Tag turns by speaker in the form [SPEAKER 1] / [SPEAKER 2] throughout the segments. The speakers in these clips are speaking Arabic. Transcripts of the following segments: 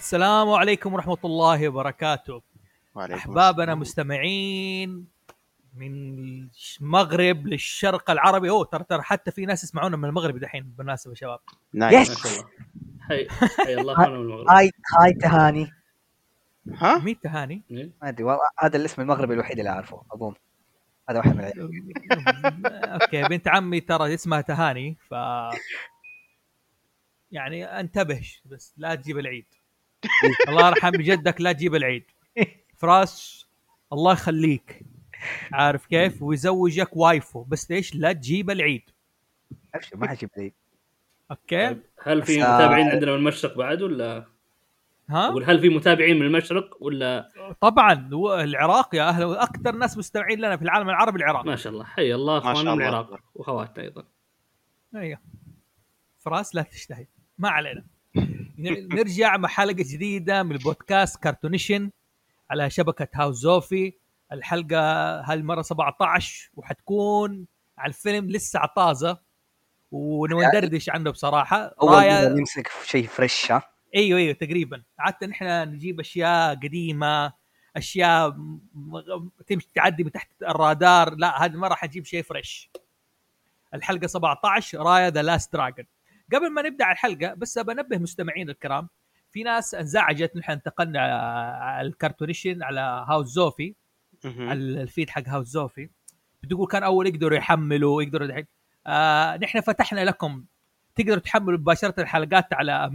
[SPEAKER 1] السلام عليكم ورحمة الله وبركاته.
[SPEAKER 2] وعليكم
[SPEAKER 1] أحبابنا
[SPEAKER 2] السلام.
[SPEAKER 1] مستمعين من المغرب للشرق العربي. ترى حتى في ناس يسمعونا من المغرب دحين بالمناسبة شباب.
[SPEAKER 2] نايس.
[SPEAKER 3] ما شاء الله. حي الله اخواننا من المغرب.
[SPEAKER 4] هاي تهاني.
[SPEAKER 2] ها
[SPEAKER 1] مين تهاني؟
[SPEAKER 3] إيه؟
[SPEAKER 4] ما ادري والله، هذا الاسم المغربي الوحيد اللي اعرفه اظن. هذا واحد من العيال.
[SPEAKER 1] اوكي بنت عمي ترى اسمها تهاني، ف يعني انتبه بس لا تجيب العيد. الله يرحم جدك، لا تجيب العيد. فراس الله يخليك، عارف كيف، ويزوجك وايفو، بس ليش لا تجيب العيد؟
[SPEAKER 4] ابشر ما حجيب لي.
[SPEAKER 1] اوكي
[SPEAKER 3] طيب، هل في
[SPEAKER 4] بس،
[SPEAKER 3] متابعين عندنا من المشرق بعد ولا؟
[SPEAKER 1] ها
[SPEAKER 3] اقول هل في متابعين من المشرق ولا؟
[SPEAKER 1] طبعا العراق يا اهل، اكثر ناس مستمعين لنا في العالم العربي العراق.
[SPEAKER 3] ما شاء الله. حي الله
[SPEAKER 2] ما
[SPEAKER 3] اخواننا
[SPEAKER 2] شاء
[SPEAKER 3] من
[SPEAKER 2] الله.
[SPEAKER 3] العراق واخواتنا ايضا.
[SPEAKER 1] ايوه فراس لا تشتهي، ما علينا. نرجع مع حلقه جديده من البودكاست كرتونيشن على شبكه هاوس زوفي. الحلقه هالمره 17 وحتكون على الفيلم لسه طازه وندردش عنه بصراحه.
[SPEAKER 4] اول
[SPEAKER 1] رايا
[SPEAKER 4] مرة نمسك في شيء فريش. ها
[SPEAKER 1] ايوه تقريبا. عاده نحن نجيب اشياء قديمه، اشياء تمشي تعدي من تحت الرادار. لا هذه المره حنجيب شيء فريش. الحلقه 17 رايا ذا لاست دراجون. قبل ما نبدا الحلقه بس بنبه مستمعين الكرام، في ناس انزعجت نحن انتقلنا على الكرتونيشن على هاوس زوفي، على الفيد حق هاوس زوفي. بتقول كان اول يقدروا يحملوا يقدروا دحين. نحن فتحنا لكم تقدروا تحملوا مباشره الحلقات على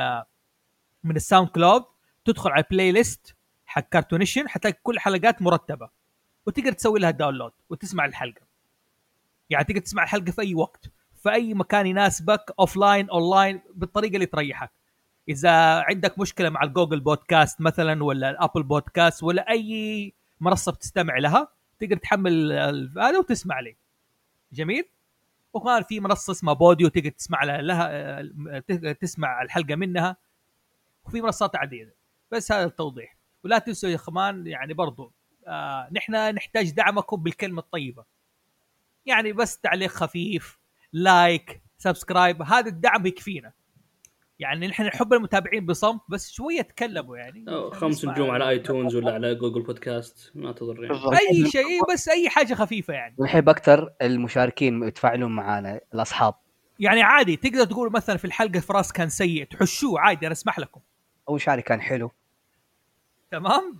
[SPEAKER 1] من الساوند كلاود. تدخل على البلاي ليست حق كرتونيشن حتلاقي كل حلقات مرتبه، وتقدر تسوي لها داونلود وتسمع الحلقه. يعني تقدر تسمع الحلقه في اي وقت في اي مكان يناسبك، اوف لاين اونلاين، بالطريقه اللي تريحك. اذا عندك مشكله مع الجوجل بودكاست مثلا ولا الابل بودكاست ولا اي منصه بتستمع لها، تقدر تحمل هذا وتسمع لي. جميل. وكمان في منصه اسمها بوديو تقدر تسمع لها تسمع الحلقه منها، وفي منصات عديده. بس هذا التوضيح. ولا تنسوا يا خمان يعني برضو نحن نحتاج دعمكم بالكلمه الطيبه، يعني بس تعليق خفيف، لايك، سبسكرايب، هذا الدعم يكفينا. يعني نحن نحب المتابعين بصمت، بس شويه تكلموا يعني
[SPEAKER 3] 5 نجوم على ايتونز ولا على جوجل بودكاست ما تضر يعني.
[SPEAKER 2] بالضبط.
[SPEAKER 1] اي شيء، بس اي حاجه خفيفه يعني.
[SPEAKER 4] ونحب اكثر المشاركين يتفاعلون معنا، الاصحاب.
[SPEAKER 1] يعني عادي تقدر تقول مثلا في الحلقه فراس كان سيء، تحشوه عادي، انا اسمح لكم.
[SPEAKER 4] اول شارك كان حلو.
[SPEAKER 1] تمام.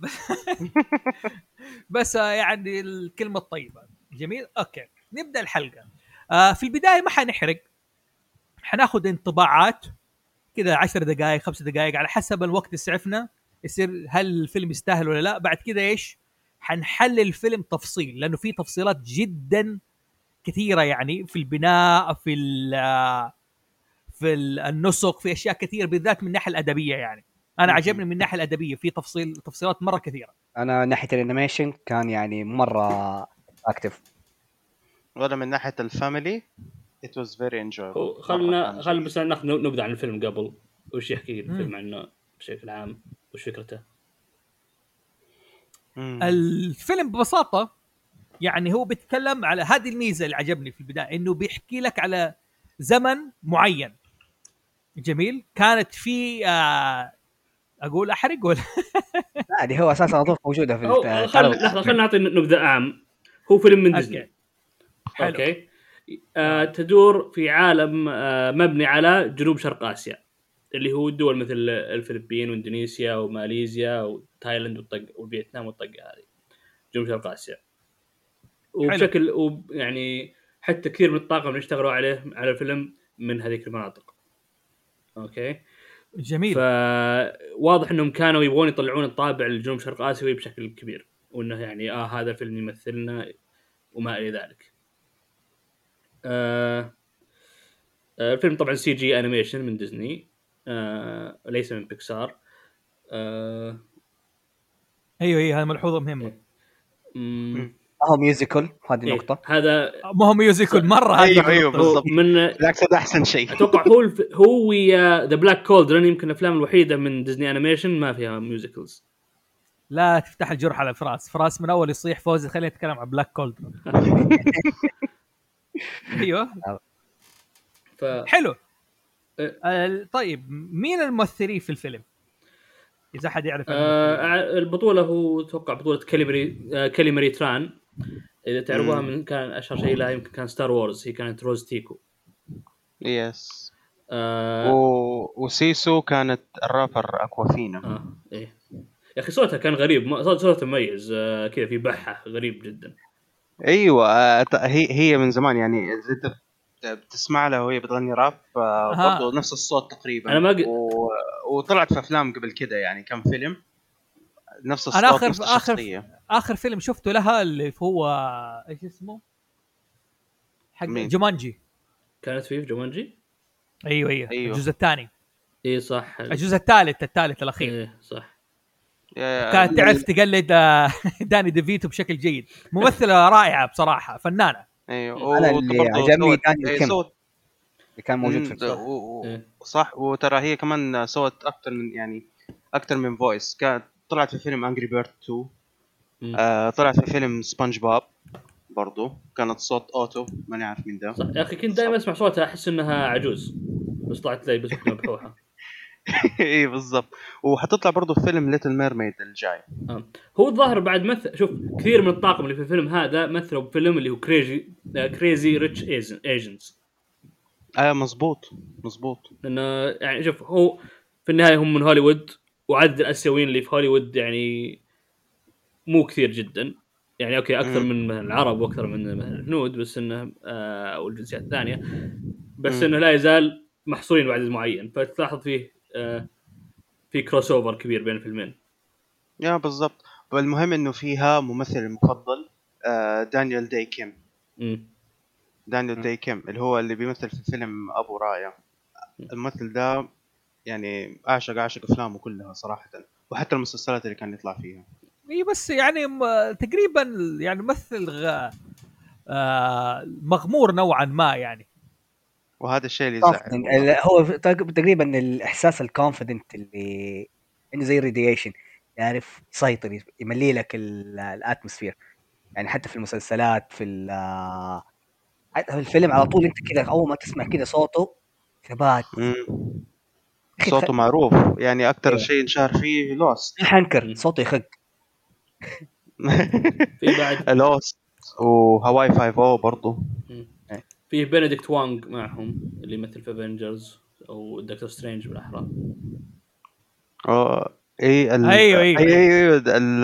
[SPEAKER 1] بس يعني الكلمه الطيبه. جميل. اوكي نبدا الحلقه. في البدايه ما حنحرق، حناخذ انطباعات كذا 10 دقائق 5 دقائق على حسب الوقت يسعفنا، يصير هل الفيلم يستاهل ولا لا. بعد كذا ايش حنحلل الفيلم تفصيل، لانه في تفصيلات جدا كثيره يعني في البناء، في النسق، في اشياء كثيره بالذات من الناحيه الادبيه. يعني انا عجبني من الناحيه الادبيه في تفصيلات مره كثيره.
[SPEAKER 4] انا ناحيه الانيميشن كان يعني مره اكتف.
[SPEAKER 2] ولا من ناحيه الفاميلي it was very enjoyable.
[SPEAKER 3] خلنا بس ناخذ نبدا عن الفيلم قبل. وش يحكي الفيلم عنه بشكل عام؟ وش فكرته؟
[SPEAKER 1] الفيلم ببساطه يعني هو بيتكلم على هذه الميزه اللي عجبني في البدايه، انه بيحكي لك على زمن معين. جميل. كانت في اقول احرق ولا
[SPEAKER 4] لا دي هو اساسا اظن موجوده في
[SPEAKER 3] لحظه خلينا نعطي نبذه عام. هو فيلم من ديزني. اوكي. تدور في عالم مبني على جنوب شرق اسيا، اللي هو دول مثل الفلبين واندونيسيا وماليزيا وتايلاند وفيتنام والطقه هذه جنوب شرق اسيا. وبشكل يعني حتى كثير من الطاقم اللي اشتغلوا على الفيلم من هذيك المناطق. اوكي
[SPEAKER 1] جميل.
[SPEAKER 3] فواضح انهم كانوا يبغون يطلعون الطابع الجنوب شرق اسيوي بشكل كبير، وانه يعني هذا فيلم يمثلنا وما الى ذلك. الفيلم طبعا سي جي انيميشن من ديزني، ليس من بيكسار.
[SPEAKER 1] ايوه هذه ملحوظه مهمه.
[SPEAKER 4] هو ميوزيكال هذه النقطه.
[SPEAKER 3] هذا
[SPEAKER 1] ما هو ميوزيكال مره.
[SPEAKER 2] ايوه بالضبط.
[SPEAKER 3] من
[SPEAKER 2] بالعكس هذا احسن شيء.
[SPEAKER 3] اتوقع هو ذا بلاك كولدرن يمكن الافلام الوحيده من ديزني انيميشن ما فيها ميوزيكلز.
[SPEAKER 1] لا تفتح الجرح على فراس من اول يصيح فوزي خلينا نتكلم عن بلاك كولدرن. ايوه حلو. طيب مين الممثلين في الفيلم؟ اذا حد يعرف عن الممثلين.
[SPEAKER 3] البطوله هو توقع بطوله كاليمري تران، اذا تعرفوها من كان اشهر شيء لها يمكن كان ستار وورز، هي كانت روز تيكو.
[SPEAKER 2] يس. وسيسو كانت الرابر اكوافينا.
[SPEAKER 3] ايه يا اخي صوتها كان غريب، صوتها مميز كذا في بحة غريب جدا.
[SPEAKER 2] ايوه هي من زمان يعني انت بتسمع لها وهي بتغني راب برضو نفس الصوت تقريبا.
[SPEAKER 3] أنا
[SPEAKER 2] وطلعت في افلام قبل كده يعني كم فيلم نفس الصوت
[SPEAKER 1] أنا
[SPEAKER 2] نفس الشخصيه.
[SPEAKER 1] اخر فيلم شفته لها اللي هو ايش اسمه حق جومانجي.
[SPEAKER 3] كانت فيه في جومانجي.
[SPEAKER 1] ايوه الجزء الثاني.
[SPEAKER 3] ايه صح.
[SPEAKER 1] الجزء الثالث الاخير.
[SPEAKER 3] ايه صح.
[SPEAKER 1] كانت تعرف تقلد داني ديفيتو بشكل جيد. ممثله رائعه بصراحه، فنانه.
[SPEAKER 2] ايوه
[SPEAKER 4] انا اللي عجبني داني كيم اللي كان موجود في
[SPEAKER 2] الفيلم. صح. وترى هي كمان سوت اكثر من فويس. كانت طلعت في فيلم انجري بيرد 2. طلعت في فيلم سبونج بوب برضو، كانت صوت اوتو ما نعرف مين ده.
[SPEAKER 3] صح يا اخي كنت دائما اسمع صوتها احس انها عجوز، بس طلعت لي بس واحده مبحوحه.
[SPEAKER 2] ايه بالضبط. وحتطلع برضو في فيلم ليتل ميرميد الجاي.
[SPEAKER 3] هو الظاهر بعد مثل شوف كثير من الطاقم اللي في الفيلم هذا مثلوا بفيلم اللي هو كريزي ريتش ايجنتس.
[SPEAKER 2] مزبوط.
[SPEAKER 3] لانه يعني شوف هو في النهايه هم من هوليوود، وعدد الاسيويين اللي في هوليوود يعني مو كثير جدا، يعني اوكي اكثر من العرب واكثر من الهنود، بس انه او الجنسيات الثانيه، بس انه لا يزال محصورين بعدد معين، فتلاحظ فيه في كروس اوفر كبير بين الفيلمين.
[SPEAKER 2] يا بالضبط. والمهم انه فيها ممثل المفضل دانيال داي كيم. دانيال داي كيم اللي هو اللي بيمثل في فيلم ابو رايا. الممثل ده يعني اعشق افلامه كلها صراحه، وحتى المسلسلات اللي كان يطلع فيها.
[SPEAKER 1] اي بس يعني تقريبا يعني ممثل مغمور نوعا ما يعني،
[SPEAKER 2] وهذا الشيء اللي يزعل.
[SPEAKER 4] هو تقريبا الاحساس الكونفيدنت اللي انه زي راديشن، يعرف يسيطر يملي لك الاتموسفير. يعني حتى في المسلسلات في الفيلم على طول انت كذا اول ما تسمع كذا صوته ثبات.
[SPEAKER 2] صوته معروف يعني اكثر شيء انشهر فيه لوست.
[SPEAKER 4] حنكر صوته يخق.
[SPEAKER 3] في بعد
[SPEAKER 2] لوست وهواي 5 برضو.
[SPEAKER 3] فيه بنديكت وانغ معهم اللي مثل في افنجرز او دكتور سترينج بالاحرى.
[SPEAKER 2] ايوه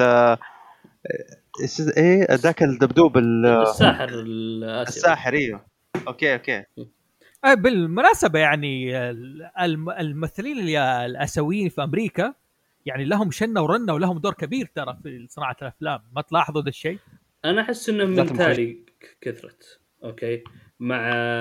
[SPEAKER 2] ايه ذاك الدبدوب
[SPEAKER 3] الساحر
[SPEAKER 2] الساحر. ايوه اوكي.
[SPEAKER 1] بالمناسبه يعني الممثلين الاسيويين في امريكا يعني لهم شنه ورنه ولهم دور كبير ترى في صناعه الافلام. ما تلاحظوا ذا الشيء؟
[SPEAKER 3] انا احس انه من تالي كثرت اوكي مع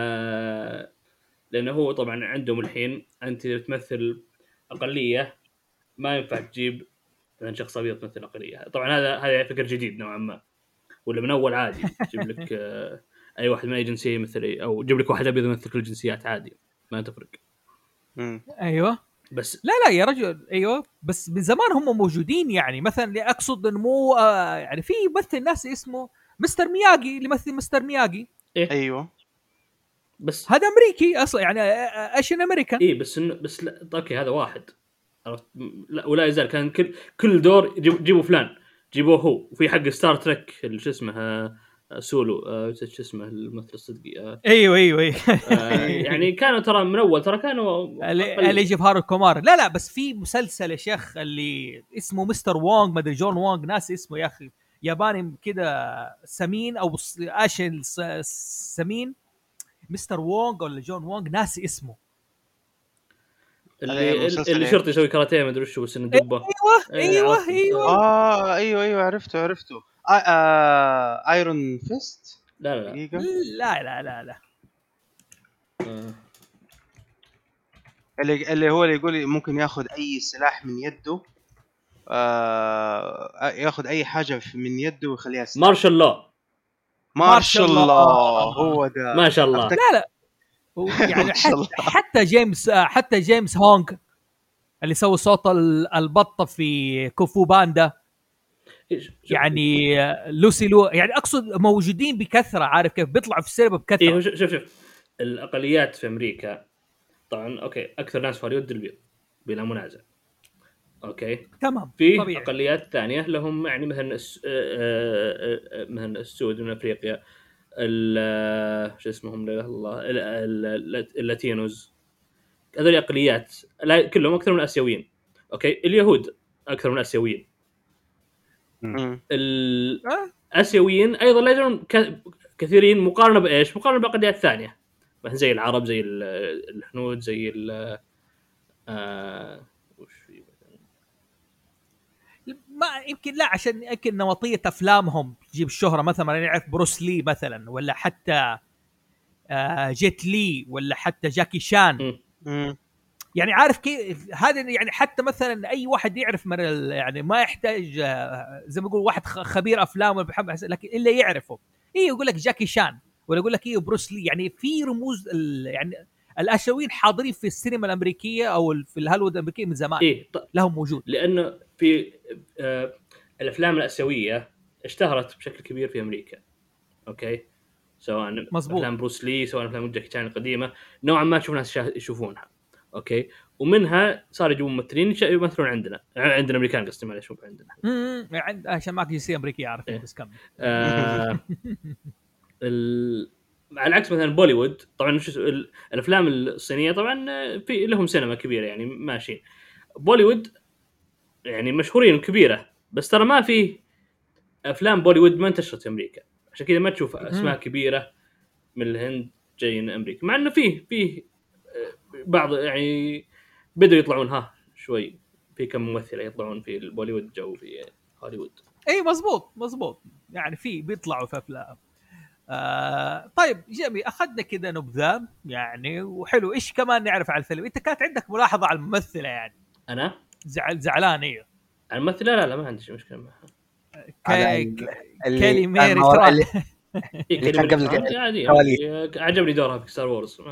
[SPEAKER 3] لانه هو طبعا عندهم الحين انت تمثل اقليه ما ينفع تجيب مثلا شخص ابيض تمثل اقليه. طبعا هذا فكر جديد نوعا ما، ولا من اول عادي تجيب لك اي واحد من اي جنسيه يمثل او جيب لك واحد ابيض يمثل كل الجنسيات عادي ما تفرق.
[SPEAKER 1] ايوه
[SPEAKER 3] بس
[SPEAKER 1] لا يا رجل. ايوه بس من زمان هم موجودين. يعني مثلا اللي اقصد انه مو يعني في ممثل ناس اسمه مستر مياجي اللي يمثل مستر مياجي.
[SPEAKER 2] ايوه
[SPEAKER 3] بس
[SPEAKER 1] هذا امريكي اصلا يعني اشن امريكان.
[SPEAKER 3] بس لا اوكي هذا واحد عرفت. لا ولا يزال كان كل دور جيبوا فلان جيبوه هو. وفي حق ستار تريك اللي شو اسمه سولو شو اسمه الممثل الصدقي
[SPEAKER 1] ايوه
[SPEAKER 3] يعني كانوا ترى من اول ترى كانوا
[SPEAKER 1] اللي يجي هارو كومار. لا بس في مسلسل يا شيخ اللي اسمه مستر وونغ ما ادري جون وونغ ناس اسمه يا اخي ياباني كده سمين او اشن سمين مستر وونغ ولا جون وونغ ناس اسمه
[SPEAKER 3] اللي شرطي يسوي كاراتيه ما ادري وش بس انه دبه.
[SPEAKER 2] ايوه عرفته ايرون فيست.
[SPEAKER 3] لا
[SPEAKER 2] اللي هو اللي يقول ممكن ياخذ اي سلاح من يده ياخذ اي حاجه من يده ويخليها سلاح. مارشال الله هو ده
[SPEAKER 3] ما شاء الله.
[SPEAKER 1] لا يعني حتى جيمس هونغ اللي سوى صوت البطه في كوفو باندا يعني لوسي لو يعني اقصد موجودين بكثره. عارف كيف بيطلعوا في السينما بكثره.
[SPEAKER 3] شوف الاقليات في امريكا طبعا اوكي اكثر ناس في هوليوود البيض بلا منازع. اوكي
[SPEAKER 1] تمام.
[SPEAKER 3] في
[SPEAKER 1] طبيعي.
[SPEAKER 3] اقليات ثانيه لهم يعني مثلا مثلا السود من افريقيا، شو اسمهم لا الله اللاتينوز، هذول اقليات كلهم اكثر من الاسيويين. اوكي اليهود اكثر من الاسيويين. الاسيويين ايضا لا يزالون كثيرين مقارنه بايش؟ مقارنه باقليات ثانيه مثلا زي العرب، زي الهنود، زي وش في
[SPEAKER 1] ما يمكن لا، عشان يمكن نمطيه افلامهم تجيب الشهره، مثلا ما نعرف بروس لي مثلا، ولا حتى جيت لي، ولا حتى جاكي شان. يعني عارف كيف هذا، يعني حتى مثلا اي واحد يعرف من يعني ما يحتاج زي ما يقول واحد خبير افلام ولا بحب، لكن الا يعرفه ايه يقول لك جاكي شان، ولا يقول لك ايه بروس لي. يعني في رموز يعني الاسيويين حاضرين في السينما الامريكيه او في الهوليوود الامريكيه من زمان.
[SPEAKER 3] إيه
[SPEAKER 1] لهم وجود،
[SPEAKER 3] لانه في الافلام الاسيويه اشتهرت بشكل كبير في امريكا. اوكي سواء
[SPEAKER 1] مزبوط.
[SPEAKER 3] افلام بروس لي، سواء افلام جاكي شان القديمه، نوعا ما تشوف ناس يشوفونها. اوكي ومنها صار يجوا ممثلين يمثلون عندنا امريكان قصدي، معليش مو عندنا
[SPEAKER 1] عشان معك جنسيه امريكيه عارفين.
[SPEAKER 3] إيه.
[SPEAKER 1] بس كمل.
[SPEAKER 3] على العكس مثلا بوليوود طبعا الافلام الصينيه طبعا في لهم سينما كبيره يعني ماشيين. بوليوود يعني مشهورين وكبيره، بس ترى ما في افلام بوليوود ما انتشرت في امريكا، عشان كذا ما تشوف اسماء كبيره من الهند جايين امريكا، مع انه فيه بعض يعني بدوا يطلعون شوي، في كم ممثله يطلعون في البوليوود جو في هوليوود.
[SPEAKER 1] اي مزبوط يعني في بيطلعوا في افلام. طيب جميل، اخذنا كذا نبذه يعني وحلو. ايش كمان نعرف على الفيلم؟ انت كانت عندك ملاحظه على الممثله يعني؟
[SPEAKER 3] انا
[SPEAKER 1] زعلان ايه
[SPEAKER 3] الممثله؟ لا ما عندي مشكله معها.
[SPEAKER 1] كيلي ميري تران
[SPEAKER 4] اللي كان قبل
[SPEAKER 3] عادي عجبني دورها في ستار وورز.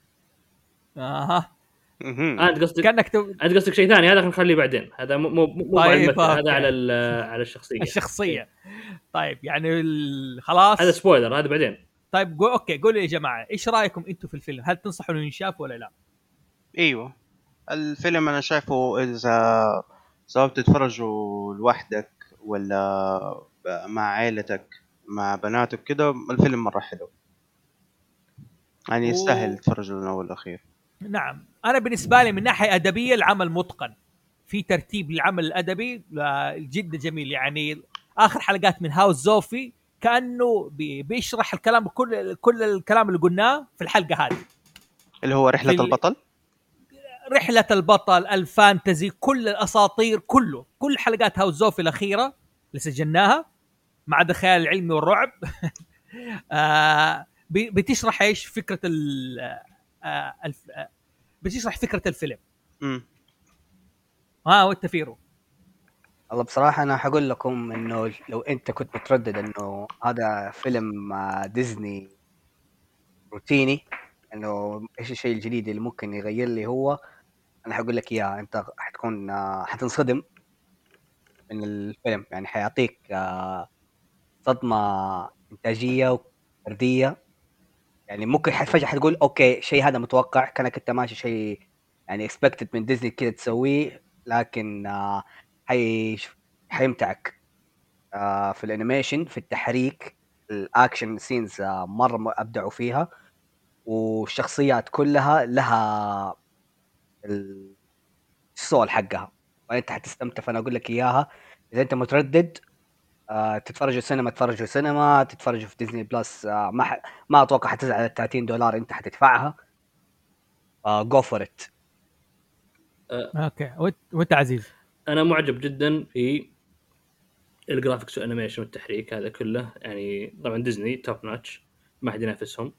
[SPEAKER 3] انت قصدك شيء ثاني، هذا نخليه بعدين، هذا مو
[SPEAKER 1] طيب
[SPEAKER 3] هذا على
[SPEAKER 1] الشخصيه. طيب يعني خلاص
[SPEAKER 3] هذا سبويلر، هذا بعدين.
[SPEAKER 1] طيب اوكي قولوا يا جماعه ايش رايكم انتم في الفيلم؟ هل تنصحوا انه ينشاف ولا لا؟
[SPEAKER 2] ايوه الفيلم انا شايفه اذا سواء تتفرجوا لوحدك ولا مع عائلتك مع بناتك كده، الفيلم مره حلو يعني يستاهل تتفرجوا من اول لاخير.
[SPEAKER 1] نعم انا بالنسبه لي من ناحيه ادبيه العمل متقن، في ترتيب للعمل الادبي جدا جميل. يعني اخر حلقات من هاوس زوفي كانه بيشرح الكلام، كل الكلام اللي قلناه في الحلقه هذه،
[SPEAKER 2] اللي هو رحله البطل،
[SPEAKER 1] رحله البطل، الفانتزي، كل الاساطير، كل حلقات هاوس زوفي الاخيره اللي سجلناها ما عدا الخيال العلمي والرعب بتشرح ايش فكره بتشرح فكره الفيلم. وانت فيرو؟
[SPEAKER 4] والله بصراحه انا حقول لكم انه لو انت كنت متردد انه هذا فيلم ديزني روتيني، انه ايش الشيء الجديد اللي ممكن يغير لي، هو انا حقول لك اياه، انت حتكون حتنصدم من الفيلم. يعني حيعطيك صدمه انتاجيه وفرديه. يعني ممكن فجاه حتقول اوكي شيء هذا متوقع، كانك انت ماشي شيء يعني اكسبكتد من ديزني كذا تسويه، لكن حيمتعك في الانيميشن، في التحريك، الاكشن سينز مره ابدعوا فيها، والشخصيات كلها لها الصول حقها، وانت حتستمتع. فانا اقول لك اياها اذا انت متردد تتفرجوا سينما، تتفرجوا سينما، تتفرجوا في ديزني بلس. ما اتوقع حتزعل على $30 انت حتدفعها. جو فور ات.
[SPEAKER 1] اوكي وانت عزيز؟
[SPEAKER 3] انا معجب جدا في الجرافيكس والانيميشن والتحريك هذا كله، يعني طبعا ديزني توب ناتش ما حد ينافسهم.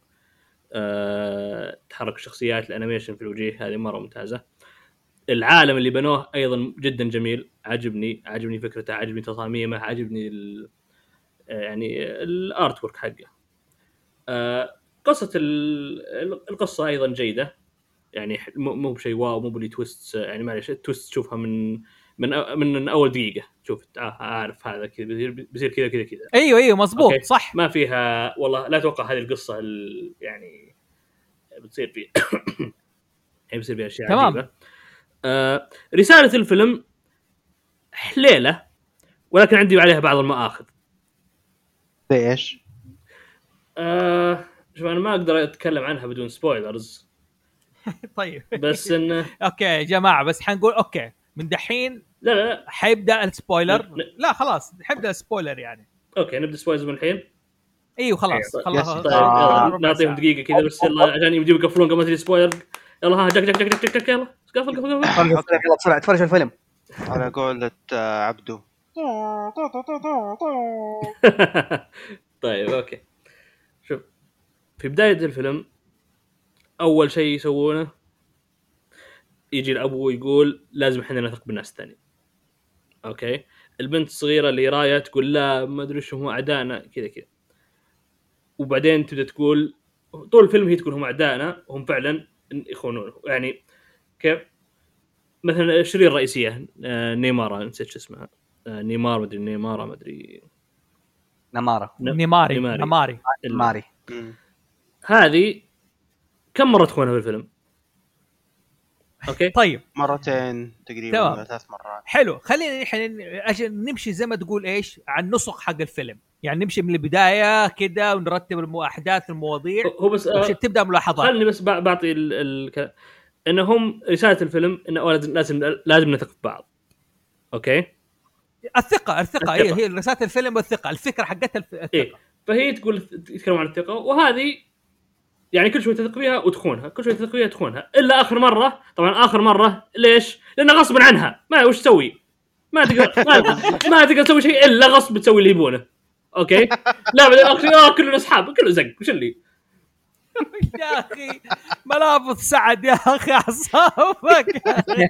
[SPEAKER 3] تحرك الشخصيات، الانيميشن في الوجيه هذه مره ممتازه. العالم اللي بنوه ايضا جدا جميل، عجبني فكرته، عجبني تصاميمه، عجبني يعني الارت ورك حقه. قصه القصه ايضا جيده، يعني مو بشيء واو، مو بلي تويست يعني معلش التويست تشوفها من اول دقيقه شوفت اعرف هذا كذا بيصير كذا.
[SPEAKER 1] ايوه مزبوط صح.
[SPEAKER 3] ما فيها والله لا اتوقع هذه القصه يعني بتصير فيها يعني بيصير فيها اشياء عجيبه. رساله الفيلم حليله، ولكن عندي عليها بعض المآخذ.
[SPEAKER 2] ليش؟
[SPEAKER 3] شوف انا ما اقدر اتكلم عنها بدون سبويلرز.
[SPEAKER 1] طيب
[SPEAKER 3] بس انه
[SPEAKER 1] اوكي يا جماعه، بس حنقول اوكي من دحين
[SPEAKER 3] لا
[SPEAKER 1] حيبدا السبويلر. لا خلاص حيبدا السبويلر يعني.
[SPEAKER 3] اوكي نبدا سبويلرز من الحين.
[SPEAKER 1] ايوه خلاص خلاص.
[SPEAKER 3] طيب يلا نعطيهم دقيقه كذا بس، يلا عشان يبدوا يقفلون قبل ما تجي سبويلر. يلا ها جك جك جك جك جك يلا قفل.
[SPEAKER 4] يلا بسرعه اتفرج الفيلم
[SPEAKER 2] على قولة عبدو.
[SPEAKER 3] طيب اوكي، شوف في بدايه الفيلم اول شيء يسوونه يجي الابو ويقول لازم احنا نثق بالناس الثانيين. اوكي البنت الصغيره اللي رايه تقول لا ما ادري شو هم اعدائنا كذا، وبعدين تبدا تقول طول الفيلم هي تقول هم اعدائنا وهم فعلا يخونونه. يعني كيف مثلا الشرير الرئيسيه نيمارا، نسيت شو اسمها، نيمار مدري نيمارا مدري
[SPEAKER 1] نيماري
[SPEAKER 3] هذه كم مره تخونها في الفيلم؟ اوكي
[SPEAKER 1] طيب
[SPEAKER 2] مرتين تقريبا 3 مرات.
[SPEAKER 1] حلو، خلينا عشان نمشي زي ما تقول ايش عن نسق حق الفيلم، يعني نمشي من البدايه كده ونرتب الاحداث المواضيع.
[SPEAKER 3] هو بس
[SPEAKER 1] تبدا ملاحظات.
[SPEAKER 3] خلني بس بعطي انهم رساله الفيلم انه لازم نثق في بعض. اوكي
[SPEAKER 1] الثقه هي رساله الفيلم والثقه، الفكره حقتها الثقه.
[SPEAKER 3] إيه؟ فهي تقول تتكلم عن الثقه، وهذه يعني كل شوي تثق فيها وتخونها، كل شوي تثق فيها تخونها، الا اخر مره. طبعا اخر مره ليش؟ لانه غصب عنها، ما وش تسوي؟ ما تقدر تسوي شيء الا غصب تسوي اللي يبونه. اوكي لا بعدين اخر كلنا اصحاب كله زق وش اللي
[SPEAKER 1] يا اخي ملابط سعد يا اخي اعصابك.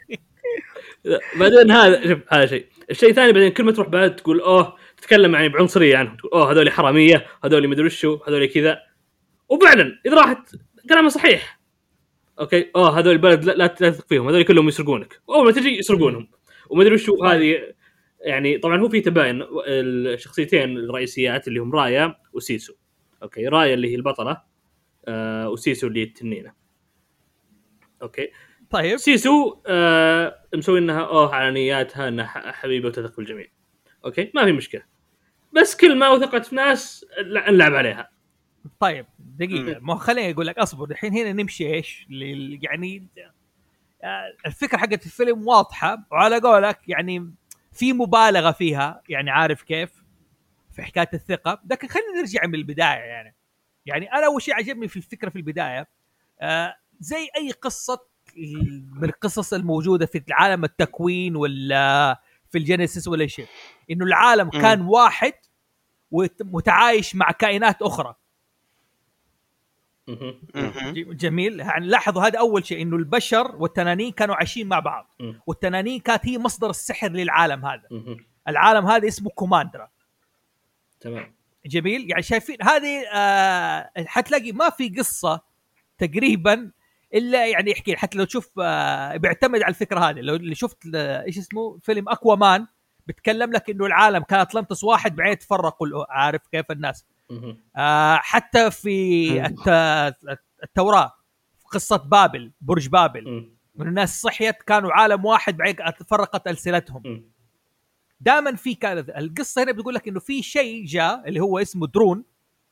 [SPEAKER 3] بعدين هذا شوف هذا الشيء الثاني. بعدين كل ما تروح بعد تقول تتكلم يعني بعنصريه عنهم، تقول هذول حراميه، هذول ما ادري وشو، هذول كذا. وفعلا اذا راحت كلامه صحيح. اوكي هذول البلد لا تثق فيهم، هذول كلهم يسرقونك، واول ما تجي يسرقونهم وما ادري وشو. هذه يعني طبعا هو في تباين الشخصيتين الرئيسيات اللي هم رايا وسيسو. اوكي رايا اللي هي البطله، وسيسو اللي التنينه. اوكي
[SPEAKER 1] طيب
[SPEAKER 3] سيسو مسوي انها على نياتها انها حبيبه وتثق بالجميع. اوكي ما في مشكله، بس كل ما وثقت في ناس نلعب عليها.
[SPEAKER 1] طيب دقيقه، ما خليني اقول لك اصبر الحين هنا نمشي ايش يعني الفكره حقت الفيلم واضحه، وعلى قولك يعني في مبالغه فيها، يعني عارف كيف في حكايه الثقه. لكن خلينا نرجع من البدايه. يعني انا اول شيء عجبني في الفكره في البدايه زي اي قصه من القصص الموجوده في العالم التكوين ولا في الجينيسيس ولا شيء، انه العالم كان واحد ومتعايش مع كائنات اخرى. جميل. يعني لاحظوا هذا اول شيء، انه البشر والتنانين كانوا عايشين مع بعض، والتنانين كانت هي مصدر السحر للعالم هذا. العالم هذا اسمه كوماندرا.
[SPEAKER 3] تمام
[SPEAKER 1] جميل. يعني شايفين هذه حتلاقي ما في قصه تقريبا الا يعني يحكي، حتى لو تشوف بيعتمد على الفكره هذه. لو اللي شفت ايش اسمه فيلم اكوامان بتكلم لك انه العالم كان اطلنطس واحد بعدين تفرقوا، عارف كيف الناس. حتى في التوراة في قصة بابل، برج بابل، من الناس صحيت كانوا عالم واحد بعدين تفرقت ألسنتهم. دائما في كانت القصة هنا بتقول لك انه في شيء جاء اللي هو اسمه درون.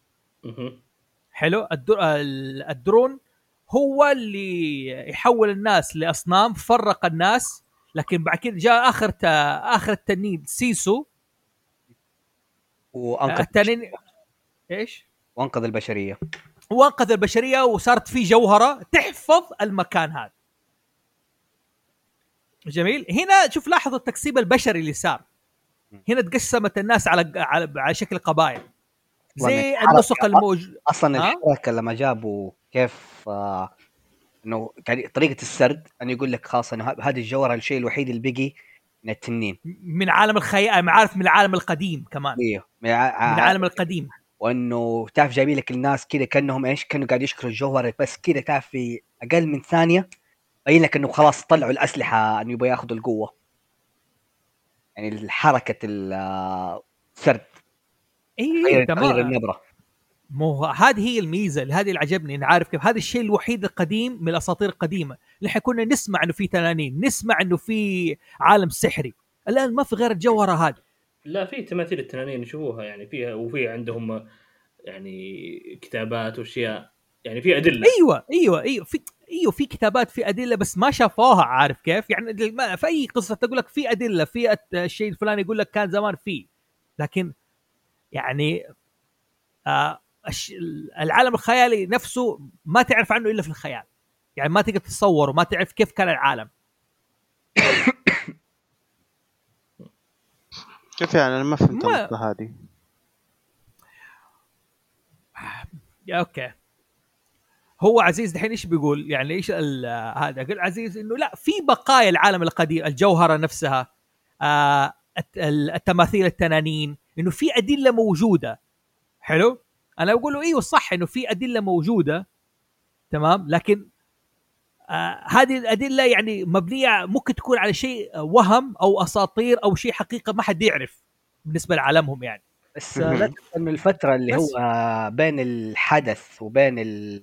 [SPEAKER 1] حلو. الدرون هو اللي يحول الناس لأصنام، فرق الناس. لكن بعد كده جاء آخر التنين سيسو التنين ايش
[SPEAKER 4] وانقذ البشريه
[SPEAKER 1] وصارت في جوهره تحفظ المكان هذا. جميل. هنا شوف لاحظ التقسيم البشري اللي صار هنا، تقسمت الناس على شكل قبائل زي النسق الموجود
[SPEAKER 4] اصلا. الحركه لما جابوا كيف انه طريقه السرد انه يقول لك خاصه انه هذه الجوهره الشيء الوحيد اللي بقي من التنين
[SPEAKER 1] من عالم الخيال، عارف، من العالم القديم كمان.
[SPEAKER 4] من
[SPEAKER 1] العالم القديم.
[SPEAKER 4] وانه تعرف جايبين لك الناس كذا كانهم ايش، كانوا قاعد يشكروا الجوهر بس كذا، تعرف في اقل من ثانيه باين لك انه خلاص طلعوا الاسلحه انه يبغوا ياخذوا القوه. يعني الحركه السرد
[SPEAKER 1] تمام
[SPEAKER 4] النبره.
[SPEAKER 1] مو هذه هي الميزه، هذه اللي عجبني. انا عارف كيف هذا الشيء الوحيد القديم من الاساطير القديمه اللي احنا كنا نسمع انه في تنانين، نسمع انه في عالم سحري. الان ما في غير الجوهره هذه.
[SPEAKER 3] لا في تماثيل التنانين يشوفوها يعني فيها، وفي عندهم يعني كتابات واشياء، يعني في ادله.
[SPEAKER 1] ايوه في كتابات، في ادله، بس ما شافوها. عارف كيف يعني؟ في اي قصه تقول لك في ادله في الشيء الفلاني، يقول لك كان زمان فيه، لكن يعني العالم الخيالي نفسه ما تعرف عنه الا في الخيال، يعني ما تقدر تتصور وما تعرف كيف كان العالم.
[SPEAKER 2] كيف يعني؟ انا ما فهمت النقطه هذه.
[SPEAKER 1] اوكي، هو عزيز دحين ايش بيقول؟ يعني ايش هذا؟ قال عزيز انه لا، في بقايا العالم القديم، الجوهره نفسها، التماثيل، التنانين، انه في ادله موجوده. حلو، انا اقول له ايوه صح انه في ادله موجوده، تمام، لكن هذه الادله يعني مبنيه، ممكن تكون على شيء وهم او اساطير او شيء حقيقه ما حد يعرف بالنسبه لعالمهم يعني.
[SPEAKER 4] بس لا تنسى انه الفتره اللي
[SPEAKER 1] بس
[SPEAKER 4] هو بين الحدث وبين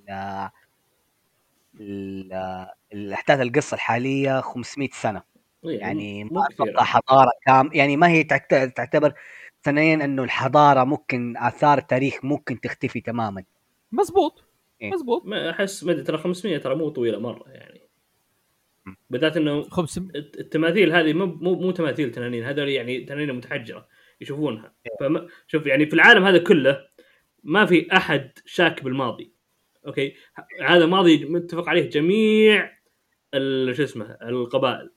[SPEAKER 4] الاحداث القصه الحاليه 500 سنه، يعني ما اتوقع حضاره يعني ما هي تعتبر ثانيا انه الحضاره ممكن اثار التاريخ ممكن تختفي تماما.
[SPEAKER 1] مزبوط
[SPEAKER 4] إيه؟
[SPEAKER 1] مزبوط.
[SPEAKER 3] ما احس ما ترى 500 ترى مو طويله مره يعني، بالذات انه
[SPEAKER 1] 500
[SPEAKER 3] التماثيل هذه مو تماثيل تنانين، هذول يعني تنانين متحجره يشوفونها. فما شوف يعني في العالم هذا كله ما في احد شاك بالماضي. اوكي، هذا ماضي متفق عليه جميع شو اسمه القبائل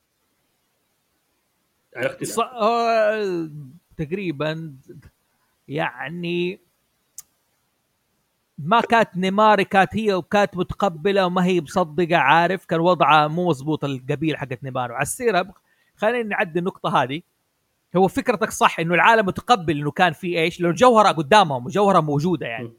[SPEAKER 3] على اختلاف.
[SPEAKER 1] تقريبا يعني ما كانت نيماري كانت هي وكانت متقبله وما هي مصدقه، عارف كان وضعها مو مضبوط القبيله حقت نيمارو على السيره. خلينا نعدي النقطه هذه. هو فكرتك صح انه العالم متقبل انه كان في ايش، لو الجوهره قدامهم وجوهره موجوده يعني.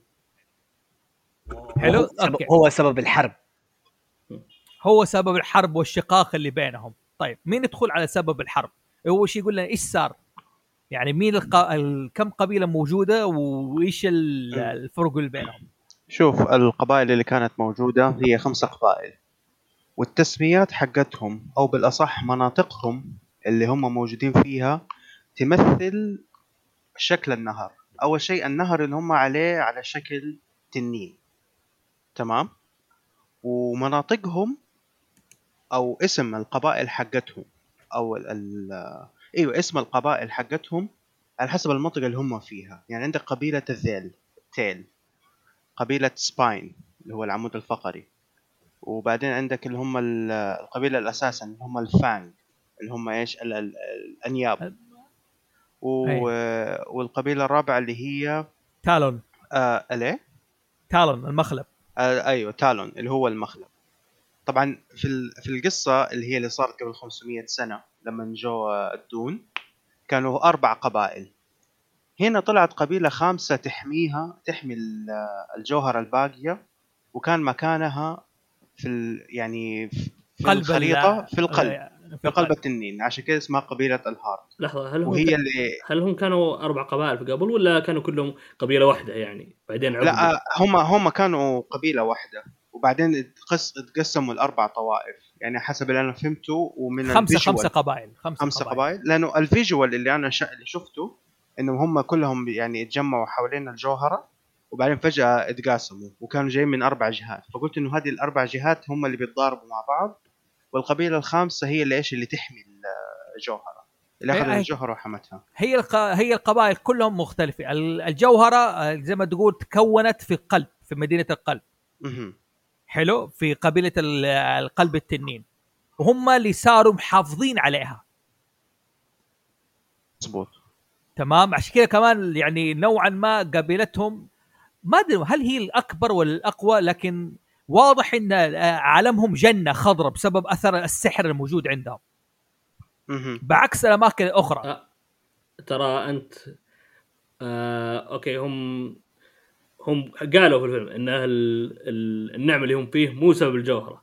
[SPEAKER 1] حلو، اوكي،
[SPEAKER 4] هو سبب الحرب،
[SPEAKER 1] هو سبب الحرب والشقاق اللي بينهم. طيب مين يدخل على سبب الحرب؟ اول شيء يقول لنا ايش صار، يعني مين كم قبيله موجوده وايش الفرق اللي بينهم.
[SPEAKER 2] شوف، القبائل اللي كانت موجوده هي 5 قبائل، والتسميات حقتهم او بالاصح مناطقهم اللي هم موجودين فيها تمثل شكل النهر. اول شيء النهر اللي هم عليه على شكل تنين، تمام، ومناطقهم او اسم القبائل حقتهم او ايوه اسم القبائل حقتهم على حسب المنطقة اللي هم فيها. يعني عندك قبيلة تيل، قبيلة سباين اللي هو العمود الفقري، وبعدين عندك اللي هم القبيلة الأساسا اللي هم الفانج اللي هم ايش الأنياب، والقبيلة الرابعة اللي هي
[SPEAKER 1] تالون.
[SPEAKER 2] ليه؟
[SPEAKER 1] تالون المخلب.
[SPEAKER 2] ايوه تالون اللي هو المخلب. طبعا في القصة اللي هي اللي صارت قبل 500 سنة لما جو الدون كانوا 4 قبائل. هنا طلعت قبيلة خامسة تحمي الجوهرة الباقية، وكان مكانها يعني في
[SPEAKER 1] قلب
[SPEAKER 2] الخريطة في القلب،
[SPEAKER 1] في
[SPEAKER 2] قلب التنين، عشان كده اسمها قبيلة الهارد.
[SPEAKER 3] لحظة، هل هم كانوا 4 قبائل في قبل ولا كانوا كلهم قبيلة واحدة يعني بعدين عقبوا؟
[SPEAKER 2] لا، هم كانوا قبيلة واحدة وبعدين تقسموا ل4 طوائف يعني حسب اللي أنا فهمته. ومن
[SPEAKER 1] 5 قبائل،
[SPEAKER 2] 5 قبائل، لأنه الفيجوال اللي أنا اللي شفته إنهم هم كلهم يعني يتجمعوا حوالين الجوهرة وبعدين فجأة اتقاسموا وكانوا جايين من 4 جهات. فقلت إنه هذه ال4 جهات هم اللي بيتضاربوا مع بعض، والقبيلة الخامسة هي اللي تحمي الجوهرة، اللي أخذت الجوهرة وحمتها.
[SPEAKER 1] هي القبائل كلهم مختلفة. الجوهرة زي ما تقول تكونت في القلب، في مدينة القلب. حلو، في قبيلة القلب التنين، وهم اللي صاروا محافظين عليها.
[SPEAKER 2] مظبوط،
[SPEAKER 1] تمام. عشان كده كمان يعني نوعا ما قبيلتهم ما ادري هل هي الاكبر ولا الاقوى، لكن واضح ان عالمهم جنة خضراء بسبب اثر السحر الموجود عندهم بعكس الاماكن الاخرى.
[SPEAKER 3] ترى انت اوكي، هم قالوا في الفيلم ان النعمه اللي هم فيه مو سبب الجوهره.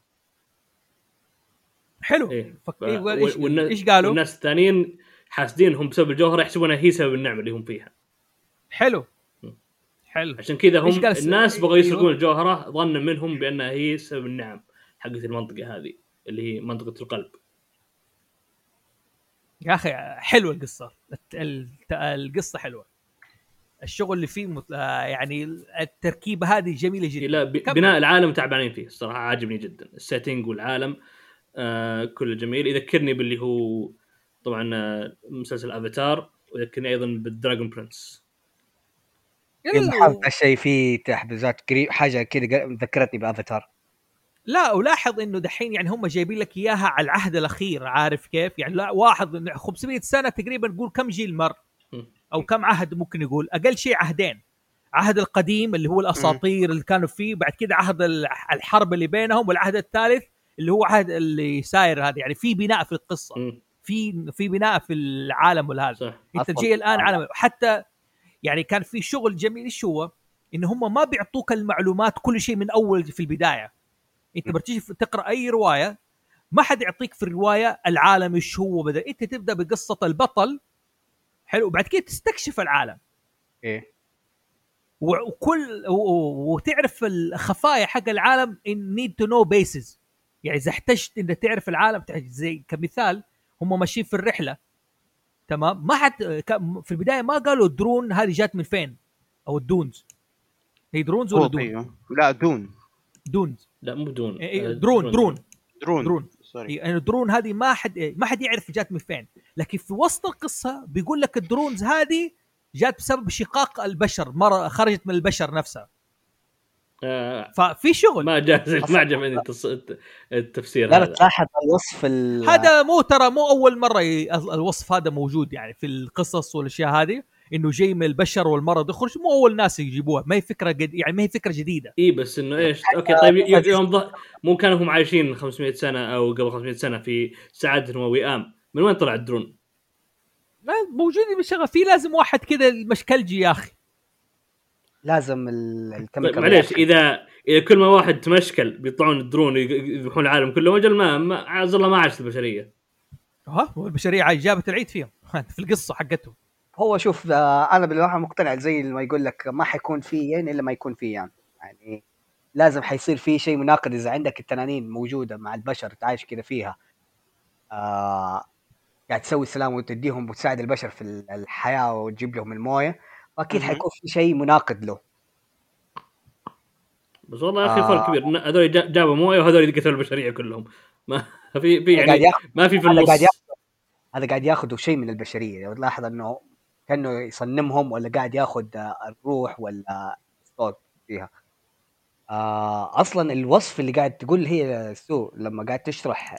[SPEAKER 1] حلو.
[SPEAKER 3] إيه.
[SPEAKER 1] ايش قالوا؟
[SPEAKER 3] والناس الثانيين حاسدين هم بسبب الجوهره، يحسبونها هي سبب النعمه اللي هم فيها.
[SPEAKER 1] حلو.
[SPEAKER 3] عشان كذا هم الناس بغوا يسرقون الجوهره ظنا منهم بانها هي سبب النعم حقت المنطقه هذه اللي هي منطقه القلب.
[SPEAKER 1] يا اخي حلوه القصه، القصه حلوه، الشغل اللي فيه يعني التركيبه هذه جميله جدا.
[SPEAKER 3] لا بناء العالم تعبانين فيه الصراحه، عاجبني جدا السيتنج والعالم كله جميل. يذكرني باللي هو طبعا مسلسل افاتار، ويذكرني ايضا بالدراجون برنس.
[SPEAKER 4] لاحظت الشيء فيه تحديثات قريب حاجه كذا ذكرتني بافاتار.
[SPEAKER 1] لا ولاحظ انه دحين يعني هم جايبين لك اياها على العهد الاخير، عارف كيف يعني؟ لا واحد 500 سنه تقريبا، نقول كم جيل مر او كم عهد، ممكن يقول اقل شيء عهدين، عهد القديم اللي هو الاساطير اللي كانوا فيه، بعد كده عهد الحرب اللي بينهم، والعهد الثالث اللي هو عهد اللي ساير هذا. يعني في بناء في القصه، في بناء في العالم والهذا. انت جاي الان عالم، حتى يعني كان في شغل جميل. ايش هو؟ ان هم ما بيعطوك المعلومات كل شيء من اول في البدايه. انت بتيجي تقرا اي روايه، ما حد يعطيك في الروايه العالم ايش هو، بدأ انت تبدا بقصه البطل، حلو، وبعد كده تستكشف العالم
[SPEAKER 4] ايه،
[SPEAKER 1] وتعرف الخفايا حق العالم. in need to know bases، يعني اذا احتجت ان تعرف العالم، زي كمثال هم ماشيين في الرحله، تمام، ما حد في البدايه ما قالوا الدرون هذه جات من فين، او الدونز هي درونز ولا دون؟
[SPEAKER 2] لا دونز،
[SPEAKER 3] لا مو دون،
[SPEAKER 1] درون يعني الدرون هذه ما حد يعرف جات من فين. لكن في وسط القصه بيقول لك الدرونز هذه جات بسبب شقاق البشر، مرة خرجت من البشر نفسها. ففي شغل
[SPEAKER 3] ما عجبني التفسير
[SPEAKER 4] لا
[SPEAKER 3] هذا.
[SPEAKER 4] تلاحظ الوصف
[SPEAKER 1] هذا مو اول مرة الوصف هذا موجود يعني في القصص والاشياء هذه، انه جاي من البشر والمرض يخرج، مو اول ناس يجيبوها، ما هي فكرة يعني ما هي فكرة جديدة.
[SPEAKER 3] بس انه ايش اوكي طيب يوم مو كانوا هم عايشين 500 سنة او قبل 500 سنة في سعادتهم ووئام، من وين طلع الدرون؟
[SPEAKER 1] موجودين بالشغل، في لازم واحد كذا مشكلجي يا اخي،
[SPEAKER 4] لازم
[SPEAKER 3] طيب معليش، اذا كل ما واحد تمشكل بيطلعون الدرون يذبحون العالم كله، وجل ما عز الله ما عاشت البشريه.
[SPEAKER 1] والبشريه جابت العيد فيهم في القصه حقتهم.
[SPEAKER 4] هو شوف انا بالواقع مقتنع زي ما يقول لك ما حيكون فيه الا ما يكون فيه يعني لازم حيصير فيه شيء مناقض. اذا عندك التنانين موجوده مع البشر تعايش كذا فيها، قاعد تسوي سلام وتديهم وتساعد البشر في الحياه وتجيب لهم المويه، واكيد حيكون في شيء مناقض له.
[SPEAKER 3] بس والله يا اخي فرق كبير، هذول جابوا مويه وهذول قتلوا البشريه كلهم. ما في يعني ما في النص.
[SPEAKER 4] هذا قاعد ياخذوا شيء من البشريه، تلاحظ انه كانه يصنمهم، ولا قاعد ياخذ الروح ولا الصوت فيها. اصلا الوصف اللي قاعد تقول هي سو لما قاعد تشرح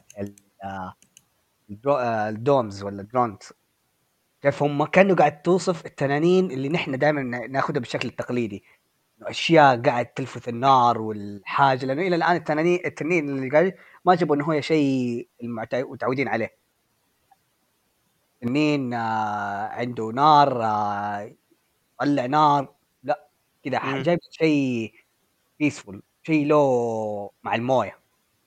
[SPEAKER 4] الدومز ولا درونز، كيف هم كانوا قاعد توصف التنانين اللي نحن دائما ناخذها بالشكل التقليدي، اشياء قاعد تلفت النار والحاجه، لانه الى الان التنين اللي قاعد ما جابوا انه هو شيء المتعودين عليه. تنين عنده نار، يطلع نار، لا كذا جايب شيء بيسفول، شيء له مع المويه.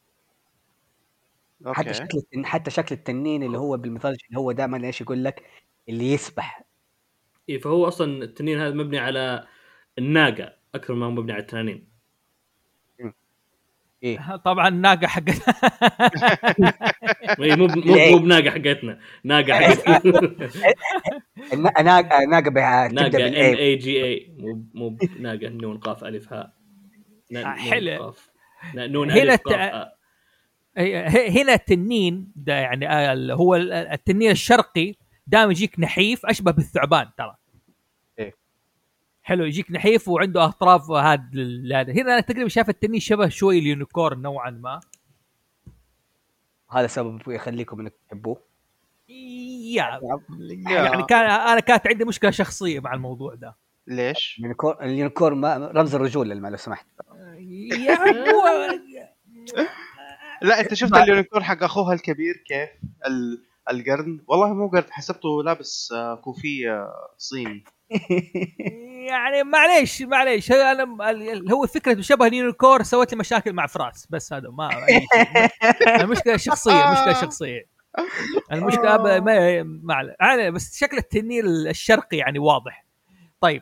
[SPEAKER 4] حتى شكل التنين اللي هو بالميثولوجي اللي هو دائما ايش يقول لك، اللي يسبح.
[SPEAKER 3] ايه فهو اصلا التنين هذا مبني على الناقه اكثر ما هو مبني على التنانين.
[SPEAKER 1] إيه؟ طبعا الناقه حقتنا
[SPEAKER 3] مو بناقه حقتنا، ناقه
[SPEAKER 4] ناقه تبدا
[SPEAKER 3] بالاي NAGA، مو ناقه نون قاف الف هاء
[SPEAKER 1] حلو.
[SPEAKER 3] نون الف قاف
[SPEAKER 1] هنا التنين ده يعني هو التنين الشرقي دائما يجيك نحيف اشبه بالثعبان ترى. حلو، يجيك نحيف وعنده اطراف هذا. هنا انا تقريبا شايف التنين شبه شوي اليونيكورن نوعا ما.
[SPEAKER 4] هذا سبب يخليكم انك تحبوه.
[SPEAKER 1] يعني كانت عندي مشكله شخصيه مع الموضوع ده.
[SPEAKER 2] ليش؟
[SPEAKER 4] اليونيكورن رمز الرجوله لو سمحت.
[SPEAKER 2] لا انت شفت اليونيكورن حق اخوها الكبير كيف القرن؟ والله مو قرن، حسبته لابس كوفيه صيني.
[SPEAKER 1] يعني معليش انا هو فكره شبه اليونيكورن سوت لي مشاكل مع فراس، بس هذا ما المشكله شخصيه المشكله ما بس شكل التنين الشرقي يعني واضح. طيب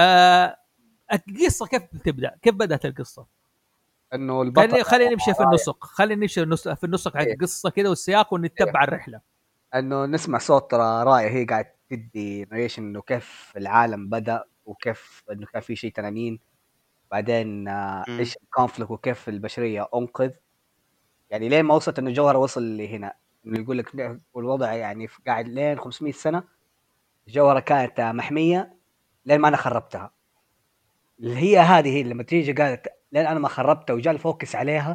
[SPEAKER 1] القصه كيف تبدا؟ كيف بدات القصه؟
[SPEAKER 4] انه البطل
[SPEAKER 1] خلينا نمشي في النسق، في النسق حق القصه كده والسياق ونتبع الرحله.
[SPEAKER 4] انه نسمع صوت راية هي قاعد تدي نريشن انه كيف العالم بدأ وكيف انه كان في شيء تنانين، بعدين ايش الكونفليكت وكيف البشرية انقذ، يعني لين ما وصلت انه جوهرة وصل لهنا، انه يقول لك والوضع يعني قاعد لين 500 سنة الجوهرة كانت محمية لين ما انا خربتها. اللي هي هذه هي لما تيجي قالت لين انا ما خربتها وجاء الفوكس عليها،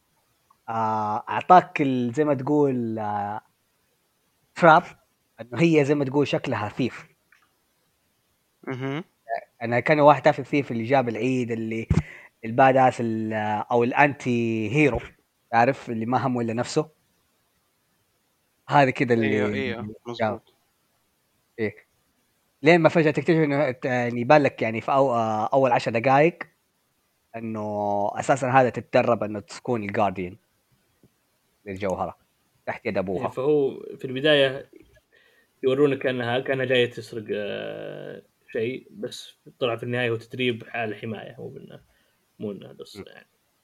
[SPEAKER 4] اعطاك زي ما تقول تراب، انه هي زي ما تقول شكلها ثيف. انا كان واحد تعرف الثيف اللي جاب العيد اللي الباداس او الانتي هيرو، تعرف اللي ما همه الا نفسه، هذا كده اللي
[SPEAKER 2] ايوه مظبوط.
[SPEAKER 4] ايه لين ما فجأة تكتشف انه يعني بالك يعني في اول 10 دقائق انه اساسا هذا تتدرب انه تكون الجارديان للجوهرة تحت يد ابوها.
[SPEAKER 3] فهو في البداية يورونك كانها جاية تسرق شيء، بس طلع في النهاية هو تدريب على الحماية، مو انه قصة يعني.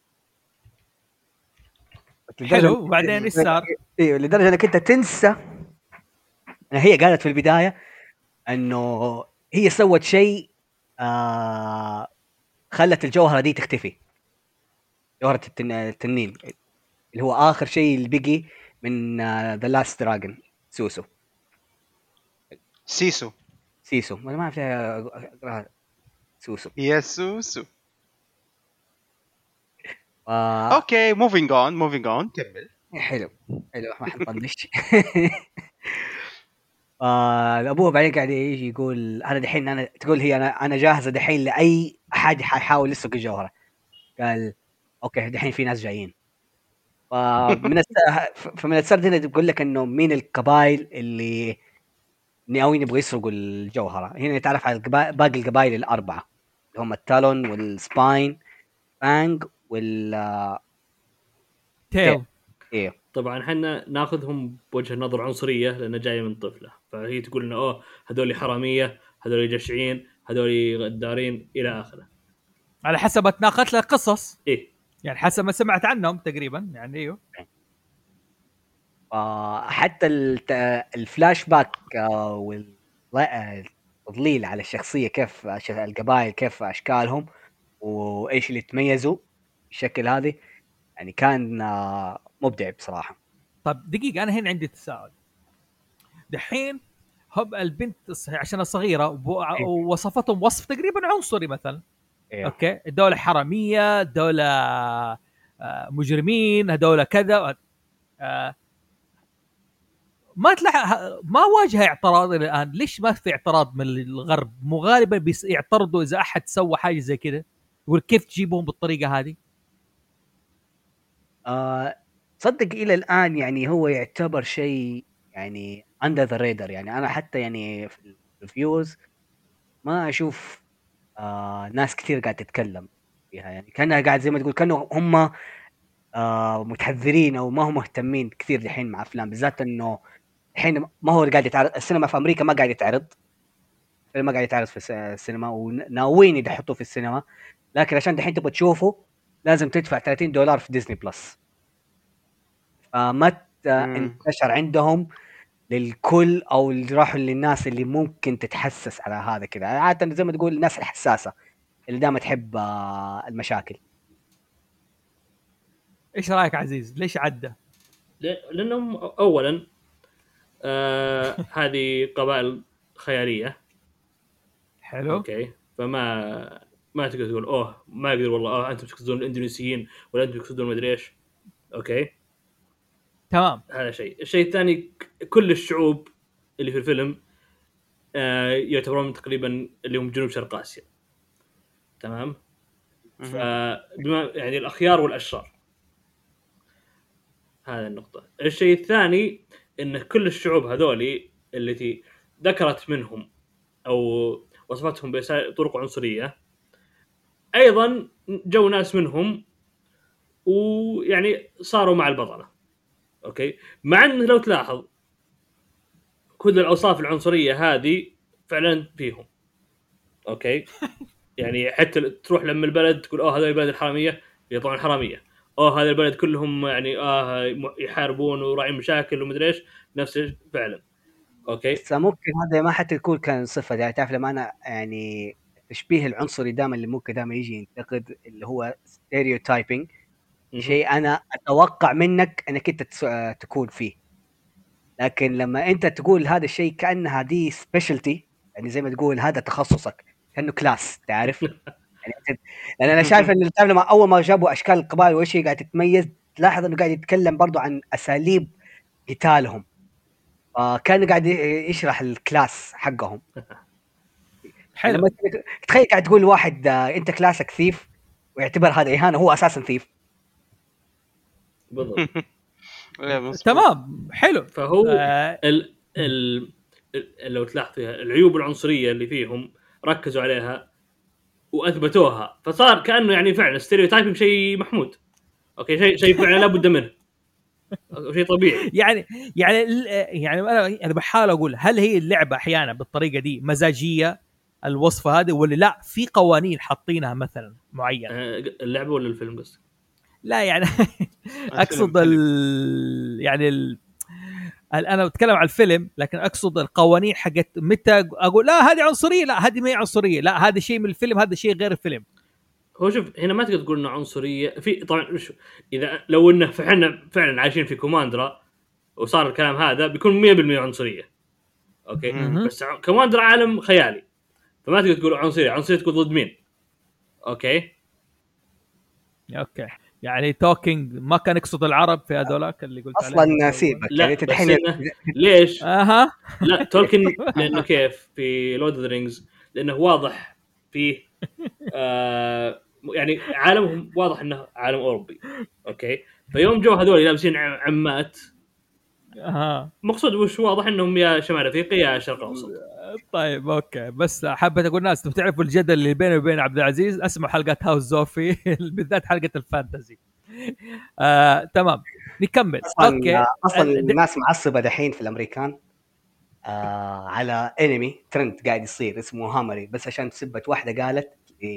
[SPEAKER 1] حلو. وبعدين ايش صار؟
[SPEAKER 4] ايوه لدرجة انك انت تنسى هي قالت في البداية انه هي سوت شيء خلت الجوهرة دي تختفي، جوهرة التنين اللي هو آخر شيء اللي بقي من ذا لاست دراجون سيسو ما أعرف أقرأها سوسو.
[SPEAKER 2] يا سوسو. اوكي موفينج اون كمل.
[SPEAKER 4] حلو ما حنطنش. ابوه بعدين قاعد يجي يقول انا دحين انا تقول هي انا جاهزه دحين لاي احد حيحاول يسرق الجوهره. قال اوكي دحين في ناس جايين. فمن السرد هنا تقول لك انه مين القبائل اللي ناويين يبغوا يسرقوا الجوهره. هنا نتعرف على باقي القبائل الاربعه اللي هم التالون والسباين فانج
[SPEAKER 1] تيل.
[SPEAKER 4] ايه
[SPEAKER 3] طبعا احنا ناخذهم بوجه نظر عنصريه لانه جايه من طفله، فهي تقول انه هذول حراميه، هذول جشعين، هذول غدارين الى اخره،
[SPEAKER 1] على حسب ما تناقلت له قصص.
[SPEAKER 3] ايه
[SPEAKER 1] يعني حسب ما سمعت عنهم تقريبا يعني. ايوه
[SPEAKER 4] حتى الفلاش باك والتضليل على الشخصيه، كيف القبائل كيف اشكالهم وايش اللي تميزوا بالشكل هذه، يعني كان مبدع بصراحه.
[SPEAKER 1] طب دقيقه، انا هنا عندي تساؤل. دحين هب البنت عشان صغيره ووصفتهم وصف تقريبا عنصري مثلا.
[SPEAKER 4] إيه.
[SPEAKER 1] اوكي الدوله حراميه، الدوله مجرمين، هذول كذا. ما واجه اعتراض الى الان. ليش ما في اعتراض من الغرب؟ مو غالبا يعترضوا اذا احد سوى حاجه زي كذا، يقول كيف تجيبهم بالطريقه هذه؟
[SPEAKER 4] صدق الى الان يعني هو يعتبر شيء يعني اندر ذا ريدر، يعني انا حتى يعني في الريفيوز ما اشوف ناس كثير قاعد تتكلم فيها، يعني كانها قاعد زي ما تقول كانوا هم متحذرين او ما هم مهتمين كثير الحين مع افلام، بالذات انه الحين ما هو قاعد يتعرض السينما في امريكا، ما قاعد يتعرض الفيلم، ما قاعد يتعرض في السينما، وناويين يحطوه في السينما، لكن عشان دحين تبغى تشوفه لازم تدفع $30 في ديزني بلس. فما انتشر عندهم للكل، او اللي راحوا للناس اللي ممكن تتحسس على هذا كذا، عاده زي ما تقول الناس الحساسه اللي دائما تحب المشاكل.
[SPEAKER 1] ايش رايك عزيز؟ ليش عدى؟
[SPEAKER 3] لانهم اولا هذه قبائل خياليه.
[SPEAKER 1] حلو.
[SPEAKER 3] اوكي ما تقدر تقول ما اقدر والله انتم تقصدون الاندونيسيين ولا انتم تقصدون مدري ايش. اوكي
[SPEAKER 1] تمام.
[SPEAKER 3] هذا شيء. الشيء الثاني كل الشعوب اللي في الفيلم يعتبرون تقريبا اللي هم جنوب شرق اسيا. تمام. فبما يعني الاخيار والاشرار، هذه النقطه. الشيء الثاني ان كل الشعوب هذولي التي ذكرت منهم او وصفتهم بطرق عنصريه ايضا جو ناس منهم ويعني صاروا مع البطله. اوكي مع انه لو تلاحظ كل الاوصاف العنصريه هذه فعلا فيهم. اوكي يعني حتى تروح لما البلد تقول هذول البلد الحراميه، هي طبعا حراميه، هذا البلد كلهم يعني يحاربون وراعين مشاكل ومدري ايش، نفس فعلا. اوكي
[SPEAKER 4] بس ممكن هذا ما حتى يكون كان صفه، يعني تعرف لما انا يعني التشبيه العنصري دائما اللي ممكن دائما يجي ينتقد اللي هو ستيريوتايبنج، شيء انا اتوقع منك انك انت تكون فيه، لكن لما انت تقول هذا الشيء كانها دي سبيشالتي، يعني زي ما تقول هذا تخصصك كانه كلاس، تعرف يعني لان انا شايف ان الكتاب لما اول ما جابوا اشكال القبائل وايش هي قاعد تتميز، تلاحظ انه قاعد يتكلم برضو عن اساليب قتالهم، فكان قاعد يشرح الكلاس حقهم.
[SPEAKER 1] حلو.
[SPEAKER 4] لما تخيل قاعد تقول واحد انت كلاسك ثيف ويعتبر هذا اهانه، هو اساسا ثيف.
[SPEAKER 3] بالضبط.
[SPEAKER 1] تمام حلو.
[SPEAKER 3] فهو لو تلاحظ فيها العيوب العنصريه اللي فيهم ركزوا عليها واثبتوها، فصار كانه يعني فعلا ستيريوتايبنج شيء محمود. اوكي شيء فعلا لابد منه، شيء طبيعي.
[SPEAKER 1] يعني انا بحاول اقول هل هي اللعبه احيانا بالطريقه دي مزاجيه الوصفه هذه، ولا لا في قوانين حاطينها مثلا معينه؟
[SPEAKER 3] اللعبه ولا الفيلم قصدك؟
[SPEAKER 1] لا يعني اقصد انا بتكلم عن الفيلم، لكن اقصد القوانين حقت متى اقول لا هذه عنصريه، لا هذه ما هي عنصريه، لا هذا شيء من الفيلم، هذا شيء غير الفيلم.
[SPEAKER 3] هو شوف هنا ما تقدر تقول انه عنصريه في طبعا. اذا لو انه فعلا عايشين في كوماندرا وصار الكلام هذا بيكون 100% عنصريه. اوكي بس كوماندرا عالم خيالي، فما تقدر تقول عنصريه تكون ضد مين؟ اوكي
[SPEAKER 1] يعني توكينج ما كان يقصد العرب في هذولاك اللي قلت
[SPEAKER 4] اصلا سيبك يعني
[SPEAKER 3] تتحين ليش لا تولكن لانه كيف في لورد اوف ذا رينجز، لانه واضح فيه يعني عالمهم واضح انه عالم اوروبي. اوكي فيوم جو هذول لابسين عمات مقصود وش واضح انهم يا شمال افريقيا يا شرق الاوسط.
[SPEAKER 1] طيب اوكي، بس حابة اقول ناس تعرفوا الجدل اللي بيني وبين عبد العزيز، اسمعوا حلقات هاوس زوفي بالذات حلقة الفانتزي. تمام نكمل.
[SPEAKER 4] اصلا الناس معصبة دحين في الامريكان على انمي ترند قاعد يصير اسمه هامري، بس عشان سبت واحدة قالت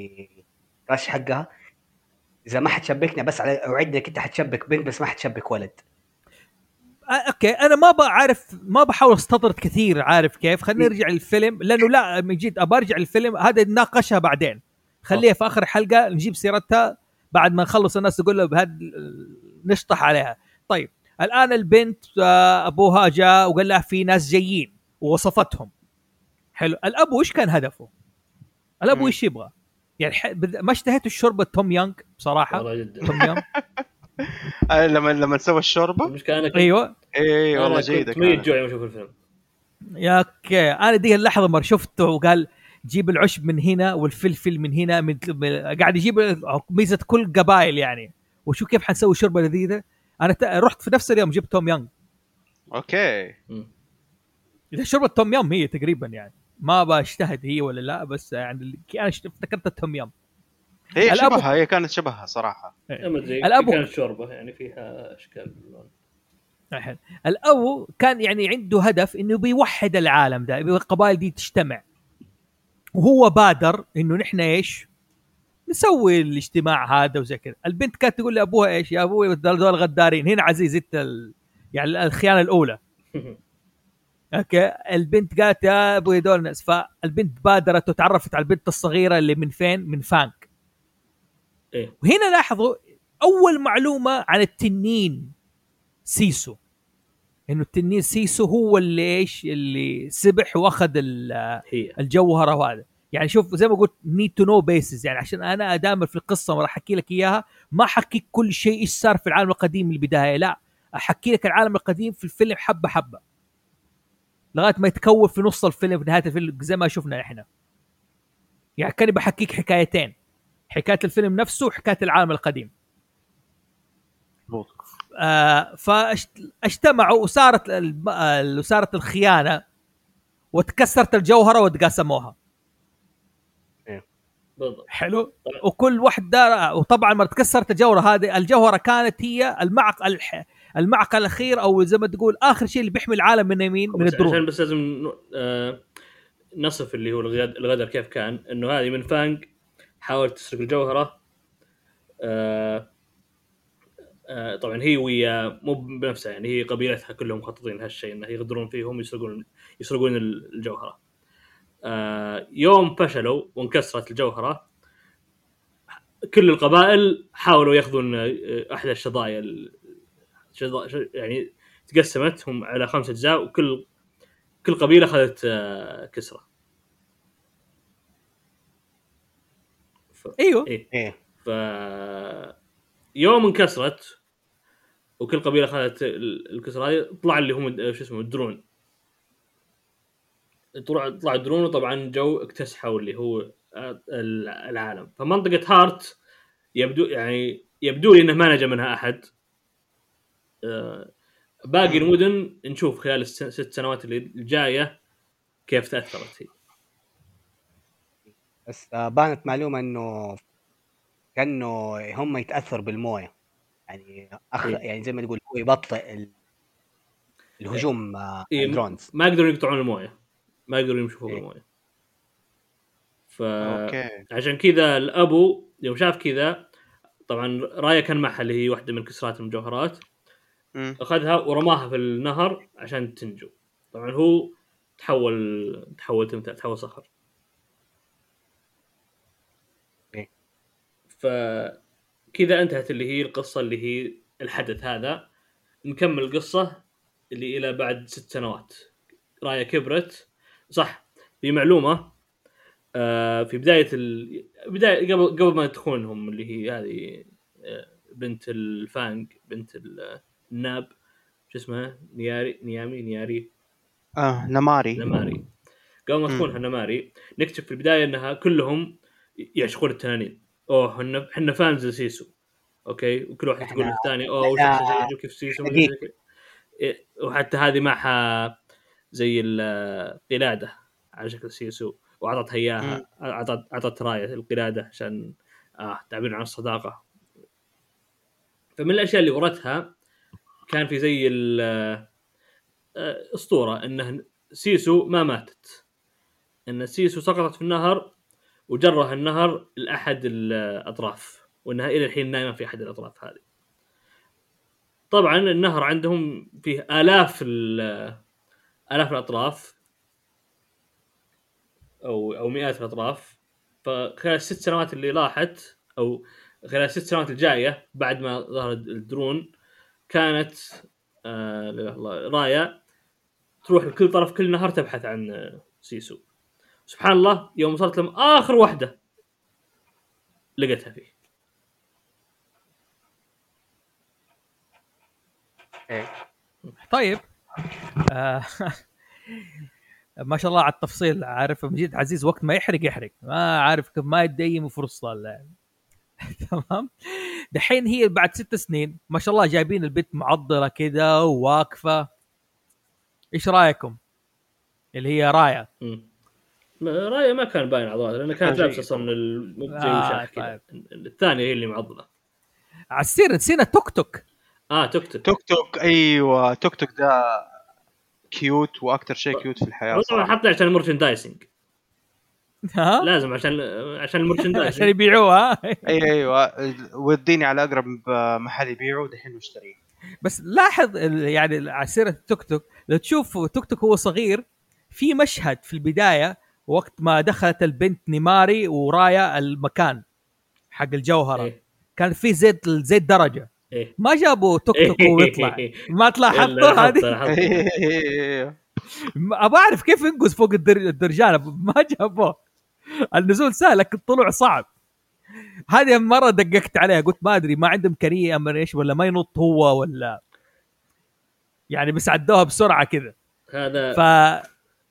[SPEAKER 4] راش حقها اذا ما حتشبكنا بس على اوعدك انت حتشبك بنت بس ما حتشبك ولد.
[SPEAKER 1] اوكي انا ما بعرف، ما بحاول استطرد كثير، عارف كيف؟ خلينا نرجع للفيلم، لانه لا من جد ابى ارجع للفيلم هذا نناقشها بعدين، خليها في اخر حلقه نجيب سيرتها بعد ما نخلص الناس تقول له بهذا نشطح عليها. طيب الان البنت ابوها جاء وقال لها في ناس جايين ووصفتهم. حلو، الاب وش كان هدفه؟ الاب وش يبغى؟ يعني ما اشتهيت الشوربه توم يانغ بصراحه. توم يانغ
[SPEAKER 2] لما سوى الشوربه
[SPEAKER 3] مش كان
[SPEAKER 1] ايوه
[SPEAKER 2] والله جيده
[SPEAKER 3] كنت جوع اشوف الفيلم.
[SPEAKER 1] يا اوكي انا دي اللحظه ما شفته وقال جيب العشب من هنا والفلفل من هنا قاعد يجيب ميزه كل قبائل يعني، وشو كيف حنسوي شوربه لذيذه. انا رحت في نفس اليوم جبت توم يانغ.
[SPEAKER 2] اوكي
[SPEAKER 1] اذا شوربه توم يانغ هي تقريبا يعني ما بجتهد هي ولا لا، بس يعني انا افتكرت التوم يانغ
[SPEAKER 2] هي شبهها، هي كانت شبهها صراحه.
[SPEAKER 3] الابو كانت شوربه يعني فيها اشكال باللون.
[SPEAKER 1] الأبو كان يعني عنده هدف انه بيوحد العالم ده، القبائل دي تجتمع، وهو بادر انه نحن ايش نسوي الاجتماع هذا وزي كذا. البنت كانت تقول لابوها ايش يا ابوي دول غدارين هنا عزيز انت يعني الخيانه الاولى. اوكي البنت قالت يا ابوي دول ناس، فالبنت بادرت وتعرفت على البنت الصغيره اللي من فين، من فانك. وهنا لاحظوا اول معلومه عن التنين سيسو، انه التنين سيسو هو اللي ايش اللي سبح واخذ الجوهره وهذا. يعني شوف زي ما قلت نيد تو نو بيسز، يعني عشان انا ادامر في القصه وراح احكي لك اياها، ما احكيك كل شيء ايش صار في العالم القديم من البدايه، لا احكي لك العالم القديم في الفيلم حبه حبه لغايه ما يتكون في نص الفيلم، في نهايه الفيلم زي ما شفنا احنا. يعني كاني بحكيك حكايتين، حكايه الفيلم نفسه وحكايه العالم القديم. فاجتمعوا وصارت الخيانه وتكسرت الجوهره وتقاسموها. حلو. وكل واحده، وطبعا ما تكسرت الجوهره هذه، الجوهره كانت هي المعقل الاخير، او زي ما تقول اخر شيء اللي بيحمي العالم من يمين من الدرون.
[SPEAKER 3] عشان بس لازم نصف اللي هو الغدر كيف كان، انه هذه من فانج حاولت تسرق الجوهره طبعا هي ويا مو بنفسها، يعني هي قبيلتها كلهم مخططين هالشيء انه يغدرون فيهم يسرقون الجوهره. يوم فشلوا وانكسرت الجوهره، كل القبائل حاولوا ياخذون احد الشظايا يعني تقسمت هم على 5 أجزاء، وكل قبيله اخذت كسره.
[SPEAKER 1] ايوه
[SPEAKER 3] إيه. ف يوم انكسرت وكل قبيله اخذت الكسره هذه، طلع اللي هم شو اسمه الدرون. طلع الدرون، وطبعا جو اكتسحوا اللي هو العالم. فمنطقه هارت يبدو لي انه ما نجا منها احد. باقي المدن نشوف خلال 6 سنوات اللي الجايه كيف تاثرت هي.
[SPEAKER 4] بس بانت معلومه انه كانه هم يتاثروا بالمويه، يعني يعني زي ما تقول هو يبطئ الهجوم الدرونز.
[SPEAKER 3] ما يقدرون يقطعون المويه، ما يقدرون يمشوا فوق المويه. عشان كذا الابو يوم شاف كذا، طبعا رايا كان معها اللي هي واحده من كسرات المجوهرات، اخذها ورماها في النهر عشان تنجو. طبعا هو تحول صخر. فكذا انتهت اللي هي القصه، اللي هي الحدث هذا. نكمل القصه اللي الى بعد 6 سنوات. رايا كبرت صح. في معلومه في بدايه قبل ما تخونهم، اللي هي هذه بنت الفانج، بنت الناب، شو اسمها، نياري
[SPEAKER 2] نماري.
[SPEAKER 3] قبل ما تكونها نماري، نكتشف في البدايه انها كلهم يعشقون التنانين. احنا فانز سيسو، اوكي، وكل واحد تقول للثاني وش يعجبك في سيسو. وحتى هذه معها زي القلاده على شكل سيسو، وعطتها اياها، عطت رايه القلاده عشان تعبير عن الصداقه. فمن الاشياء اللي ورتها كان في زي اسطوره انه سيسو ما ماتت، ان سيسو سقطت في النهر وجرها النهر لاحد الاطراف، وانها الى الحين نايمه في احد الاطراف هذه. طبعا النهر عندهم فيه آلاف الاطراف او مئات الاطراف. فخلال 6 سنوات اللي راحت، او خلال 6 سنوات الجايه بعد ما ظهر الدرون، كانت رايا تروح لكل طرف كل نهر تبحث عن سيسو. سبحان الله يوم وصلت لهم اخر واحده لقيتها فيه.
[SPEAKER 1] طيب ما شاء الله على التفصيل. عارف مجيد عزيز وقت ما يحرق ما عارف كيف ما يديم فرصه يعني. تمام. دحين هي بعد 6 سنين ما شاء الله جايبين البنت معضله كذا وواقفه. ايش رايكم اللي هي رايا؟
[SPEAKER 3] رايا ما كان باين عضلات، لأنها كانت لابسه اصلا المبجي وشاح كذا. الثانيه هي اللي معضله.
[SPEAKER 1] على السير نسينا توك توك.
[SPEAKER 3] توك
[SPEAKER 2] توك ايوه، توك توك ده كيوت واكثر شيء كيوت في الحياه
[SPEAKER 3] صراحه. حتى عشان المرشندايزنج لازم عشان المرشندايزنج
[SPEAKER 1] عشان يبيعوها.
[SPEAKER 2] ايوه وديني على اقرب محل يبيعوا دحين واشتريه.
[SPEAKER 1] بس لاحظ يعني على سيره التوك توك، لو تشوف توك توك هو صغير، في مشهد في البدايه وقت ما دخلت البنت نيماري ورايا المكان حق الجوهره كان في زيت درجه. ما جابوا توك توك ويطلع. ما تلاحظتوا هذه؟ ابى اعرف كيف ينقز فوق الدرجان. ما جابوه. النزول سهل لكن الطلوع صعب. هذه مرة دققت عليها قلت ما أدري ما عنده إمكانية أما إيش، ولا ما ينط هو، ولا يعني بس عدوها بسرعة كذا.
[SPEAKER 3] هذا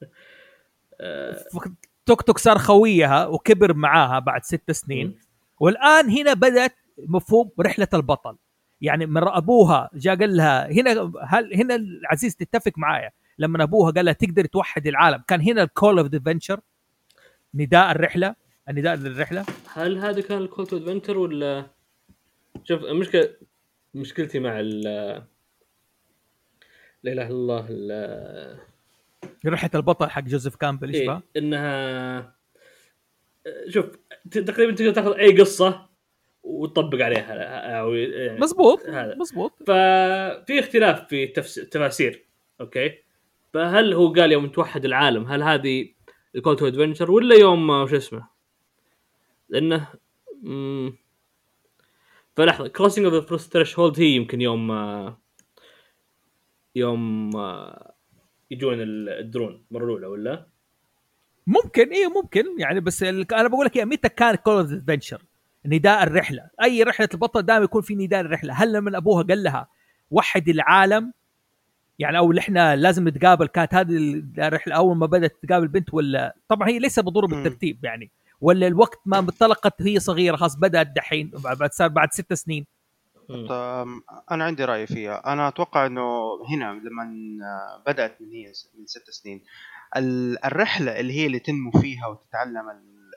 [SPEAKER 1] توك توك صار خويها وكبر معاها بعد 6 سنين. والآن هنا بدأت مفهوم رحلة البطل. يعني من أبوها جاء قال لها هنا العزيز تتفق معايا لما أبوها قال لها تقدر توحد العالم، كان هنا الكول اوف ادفنتشر، نداء الرحلة. النداء للرحلة.
[SPEAKER 3] هل هذا كان الكول تو ادفنتشر ولا؟ شوف مشكلتي مع لا اله الا الله
[SPEAKER 1] رحلة البطل حق جوزيف كامبل ايش بقى؟
[SPEAKER 3] انها شوف تقريبا تقدر تاخذ اي قصه وتطبق عليها يعني
[SPEAKER 1] مزبوط
[SPEAKER 3] هذا.
[SPEAKER 1] مزبوط.
[SPEAKER 3] ففي اختلاف في تفاسير. اوكي، فهل هو قال يوم توحد العالم هل هذه الكول تو ادفنتشر ولا يوم وش اسمه؟ لانه فلحظه كروسنج اوف ذا فيرست ثريشولد هي يمكن يوم يجون الدرون مره الاولى ولا
[SPEAKER 1] ممكن ايه ممكن يعني. بس انا بقول لك متى كان كول اوف ادفنتشر؟ نداء الرحله، اي رحله البطل دائما يكون في نداء الرحله. هل لما ابوها قال لها وحد العالم يعني، او اللي احنا لازم نتقابل، كانت هذه الرحله اول ما بدات تقابل بنت؟ ولا طبعا هي ليس بضرب بالترتيب يعني، ولا الوقت ما انطلقت هي صغيره خلاص بدات دحين بعد 6 سنين؟
[SPEAKER 2] انا عندي راي فيها. انا اتوقع انه هنا لما بدات من هي من 6 سنين، الرحله اللي هي اللي تنمو فيها وتتعلم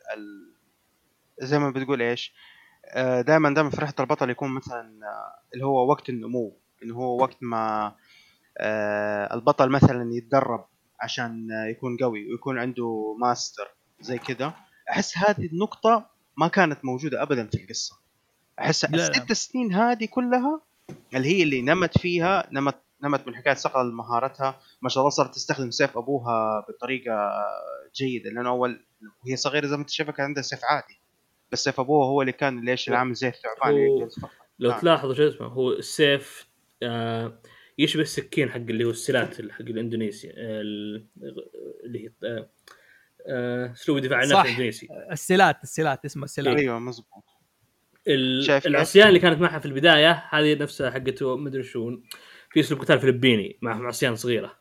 [SPEAKER 2] زي ما بتقول ايش، دائما في رحله البطل يكون مثلا اللي هو وقت النمو، انه هو وقت ما البطل مثلا يتدرب عشان يكون قوي ويكون عنده ماستر زي كذا. احس هذه النقطه ما كانت موجوده ابدا في القصه. احس الست سنين هذه كلها اللي هي اللي نمت فيها، نمت من حكايه صقل مهارتها. ما شاء الله صارت تستخدم سيف ابوها بطريقه جيده، لانه اول وهي صغيره زي ما انت شايفه كان عندها سيف عادي، بس سيف ابوها هو اللي كان ليش اللي عامل زي الثعبان.
[SPEAKER 3] لو تلاحظوا شو اسمه، هو السيف يشبه السكين حق اللي هو السلات حق الاندونيسي اللي هي اسلوب دفاع عن النفس الاندونيسي.
[SPEAKER 1] السلات اسمه السلات.
[SPEAKER 2] ايوه مزبوط.
[SPEAKER 3] العصيان اللي كانت معها في البدايه هذه نفسها حقته مدري شو، في اسلوب قتال فلبيني مع عصيان صغيره.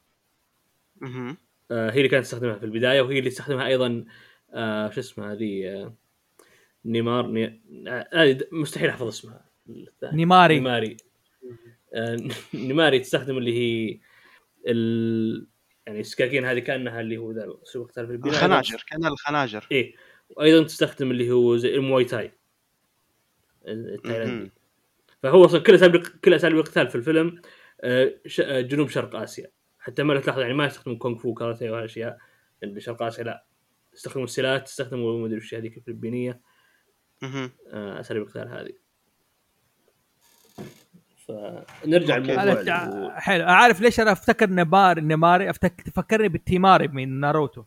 [SPEAKER 3] هي اللي كانت تستخدمها في البدايه، وهي اللي تستخدمها ايضا شو اسمها هذه نيمار مستحيل احفظ اسمها. نيماري نيماري تستخدم اللي هي يعني السكاكين هذه كانها اللي هو ذا اسلوب قتال فلبيني،
[SPEAKER 2] الخناجر كان الخناجر.
[SPEAKER 3] ايه، وايضا تستخدم اللي هو زي المواي تاي التايلاندي. فهو اصلا كل اساليب القتال في الفيلم جنوب شرق اسيا. حتى ما تلاحظ يعني ما يستخدمون كونغ فو كاراتيه واشياء اللي شرق اسيا، لا يستخدموا السلات، يستخدموا ما ادري وش هذيك الفلبينيه اساليب القتال هذه. فنرجع
[SPEAKER 1] للموضوع حلو. اعرف ليش انا افتكر نيماري تفكرني بالتيماري من ناروتو.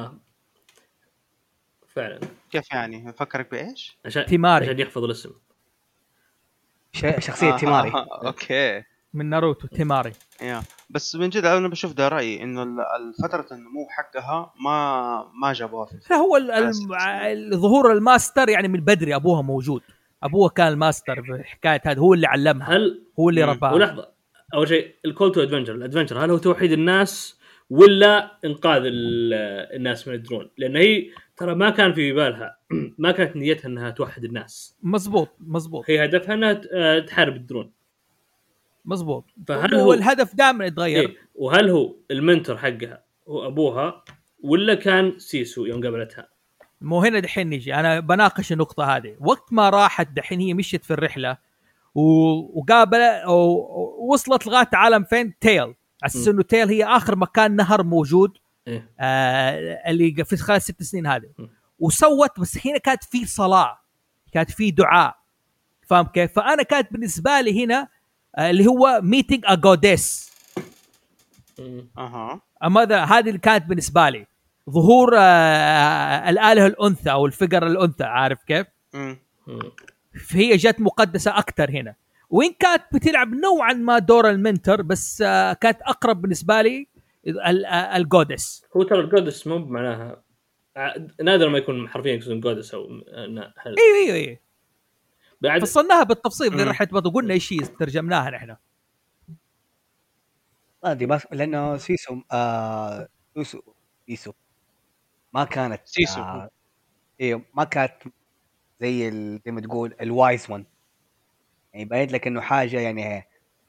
[SPEAKER 3] فعلا.
[SPEAKER 2] كيف يعني فكرك بايش؟
[SPEAKER 1] تيماري
[SPEAKER 3] عشان يحفظ الاسم،
[SPEAKER 4] شخصيه تيماري.
[SPEAKER 2] اوكي
[SPEAKER 1] من ناروتو تيماري.
[SPEAKER 2] بس من جد انا بشوف ده رايي انه الفتره النمو حقها ما جابوها في
[SPEAKER 1] هو ظهور الماستر يعني من بدري. ابوها موجود، ابوها كان الماستر في حكايه هذا، هو اللي علمها، هو اللي رباها.
[SPEAKER 3] ولحظه، اول شيء الكول تو الادفنتشر هل هو توحيد الناس ولا انقاذ الناس من الدرون؟ لان هي ترى ما كان في بالها ما كانت نيتها انها توحد الناس.
[SPEAKER 1] مزبوط
[SPEAKER 3] هي هدفها انها تحارب الدرون.
[SPEAKER 1] مزبوط.
[SPEAKER 3] فهل
[SPEAKER 1] هو الهدف دائما يتغير.
[SPEAKER 3] وهل هو المنتور حقها هو ابوها ولا كان سيسو يوم قابلتها؟
[SPEAKER 1] مو هنا دحين نيجي انا بناقش النقطه هذه. وقت ما راحت دحين هي مشيت في الرحله وقابل ووصلت لغايه عالم فين تيل، اساس انه تيل هي اخر مكان نهر موجود اللي في خلال 6 سنين هذه. وسوت بس هنا كانت في صلاه، كانت في دعاء، فاهم كيف؟ فانا كانت بالنسبه لي هنا اللي هو ميتينج ا جوديس. ماذا هذه اللي كانت بالنسبه لي ظهور الاله الانثى او الفقر الانثى، عارف كيف؟ فهي جت مقدسه اكثر هنا، وين كانت بتلعب نوعا ما دور المنتر، بس كانت اقرب بالنسبه لي الجودس.
[SPEAKER 3] هو ترى الجودس مو معناها نادر ما يكون حرفيا يقصدون جودس او
[SPEAKER 1] ايوه بعد فصلناها بالتفصيل في رحله برضه قلنا ايش هي، ترجمناها نحن
[SPEAKER 4] دي بس لانه سيسو سيسو ما كانت ايوه ما كانت زي ما تقول الوايز ون، يعني باين لك انه حاجه يعني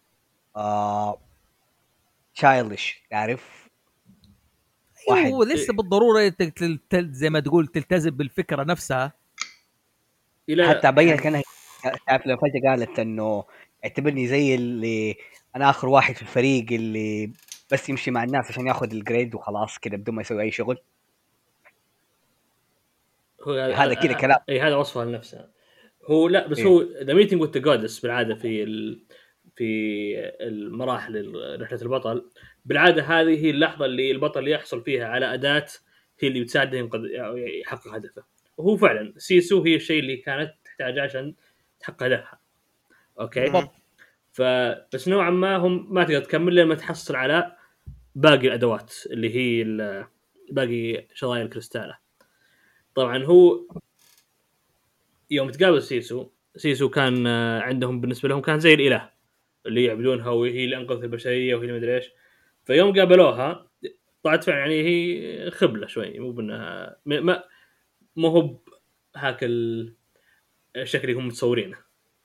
[SPEAKER 4] تشايلدش، تعرف؟
[SPEAKER 1] واحد لسه بالضروره زي ما تقول تلتزم بالفكره نفسها.
[SPEAKER 4] حتى بين كانها تعرف لو فجاه قالت انه اعتبرني زي اللي انا اخر واحد في الفريق اللي بس يمشي مع الناس عشان ياخذ الجريد وخلاص كده بدون ما يسوي اي شغل.
[SPEAKER 3] هذا كذا كلام. اي هذا وصفها لنفسها. هو لا بس هو ذا ميتنج وذ ذا جودس بالعاده في المراحل رحله البطل بالعاده هذه هي اللحظه اللي البطل يحصل فيها على اداه هي اللي بتساعده يحقق هدفه. وهو فعلا سيسو هي الشيء اللي كانت تحتاجه عشان تحقق هدفها. اوكي فبس نوعا ما هم ما تقدر تكمل لما تحصل على باقي الادوات اللي هي باقي شرايين الكريستاله. طبعا هو يوم تقابل سيسو كان عندهم بالنسبه لهم كان زي الاله اللي يعبدونها وهي اللي انقذت البشريه وهي ما ادري ايش. فيوم قابلوها طلعت فعلا يعني هي خبله شوي مو بانها ما هو هاك الشكل اللي هم متصورينه.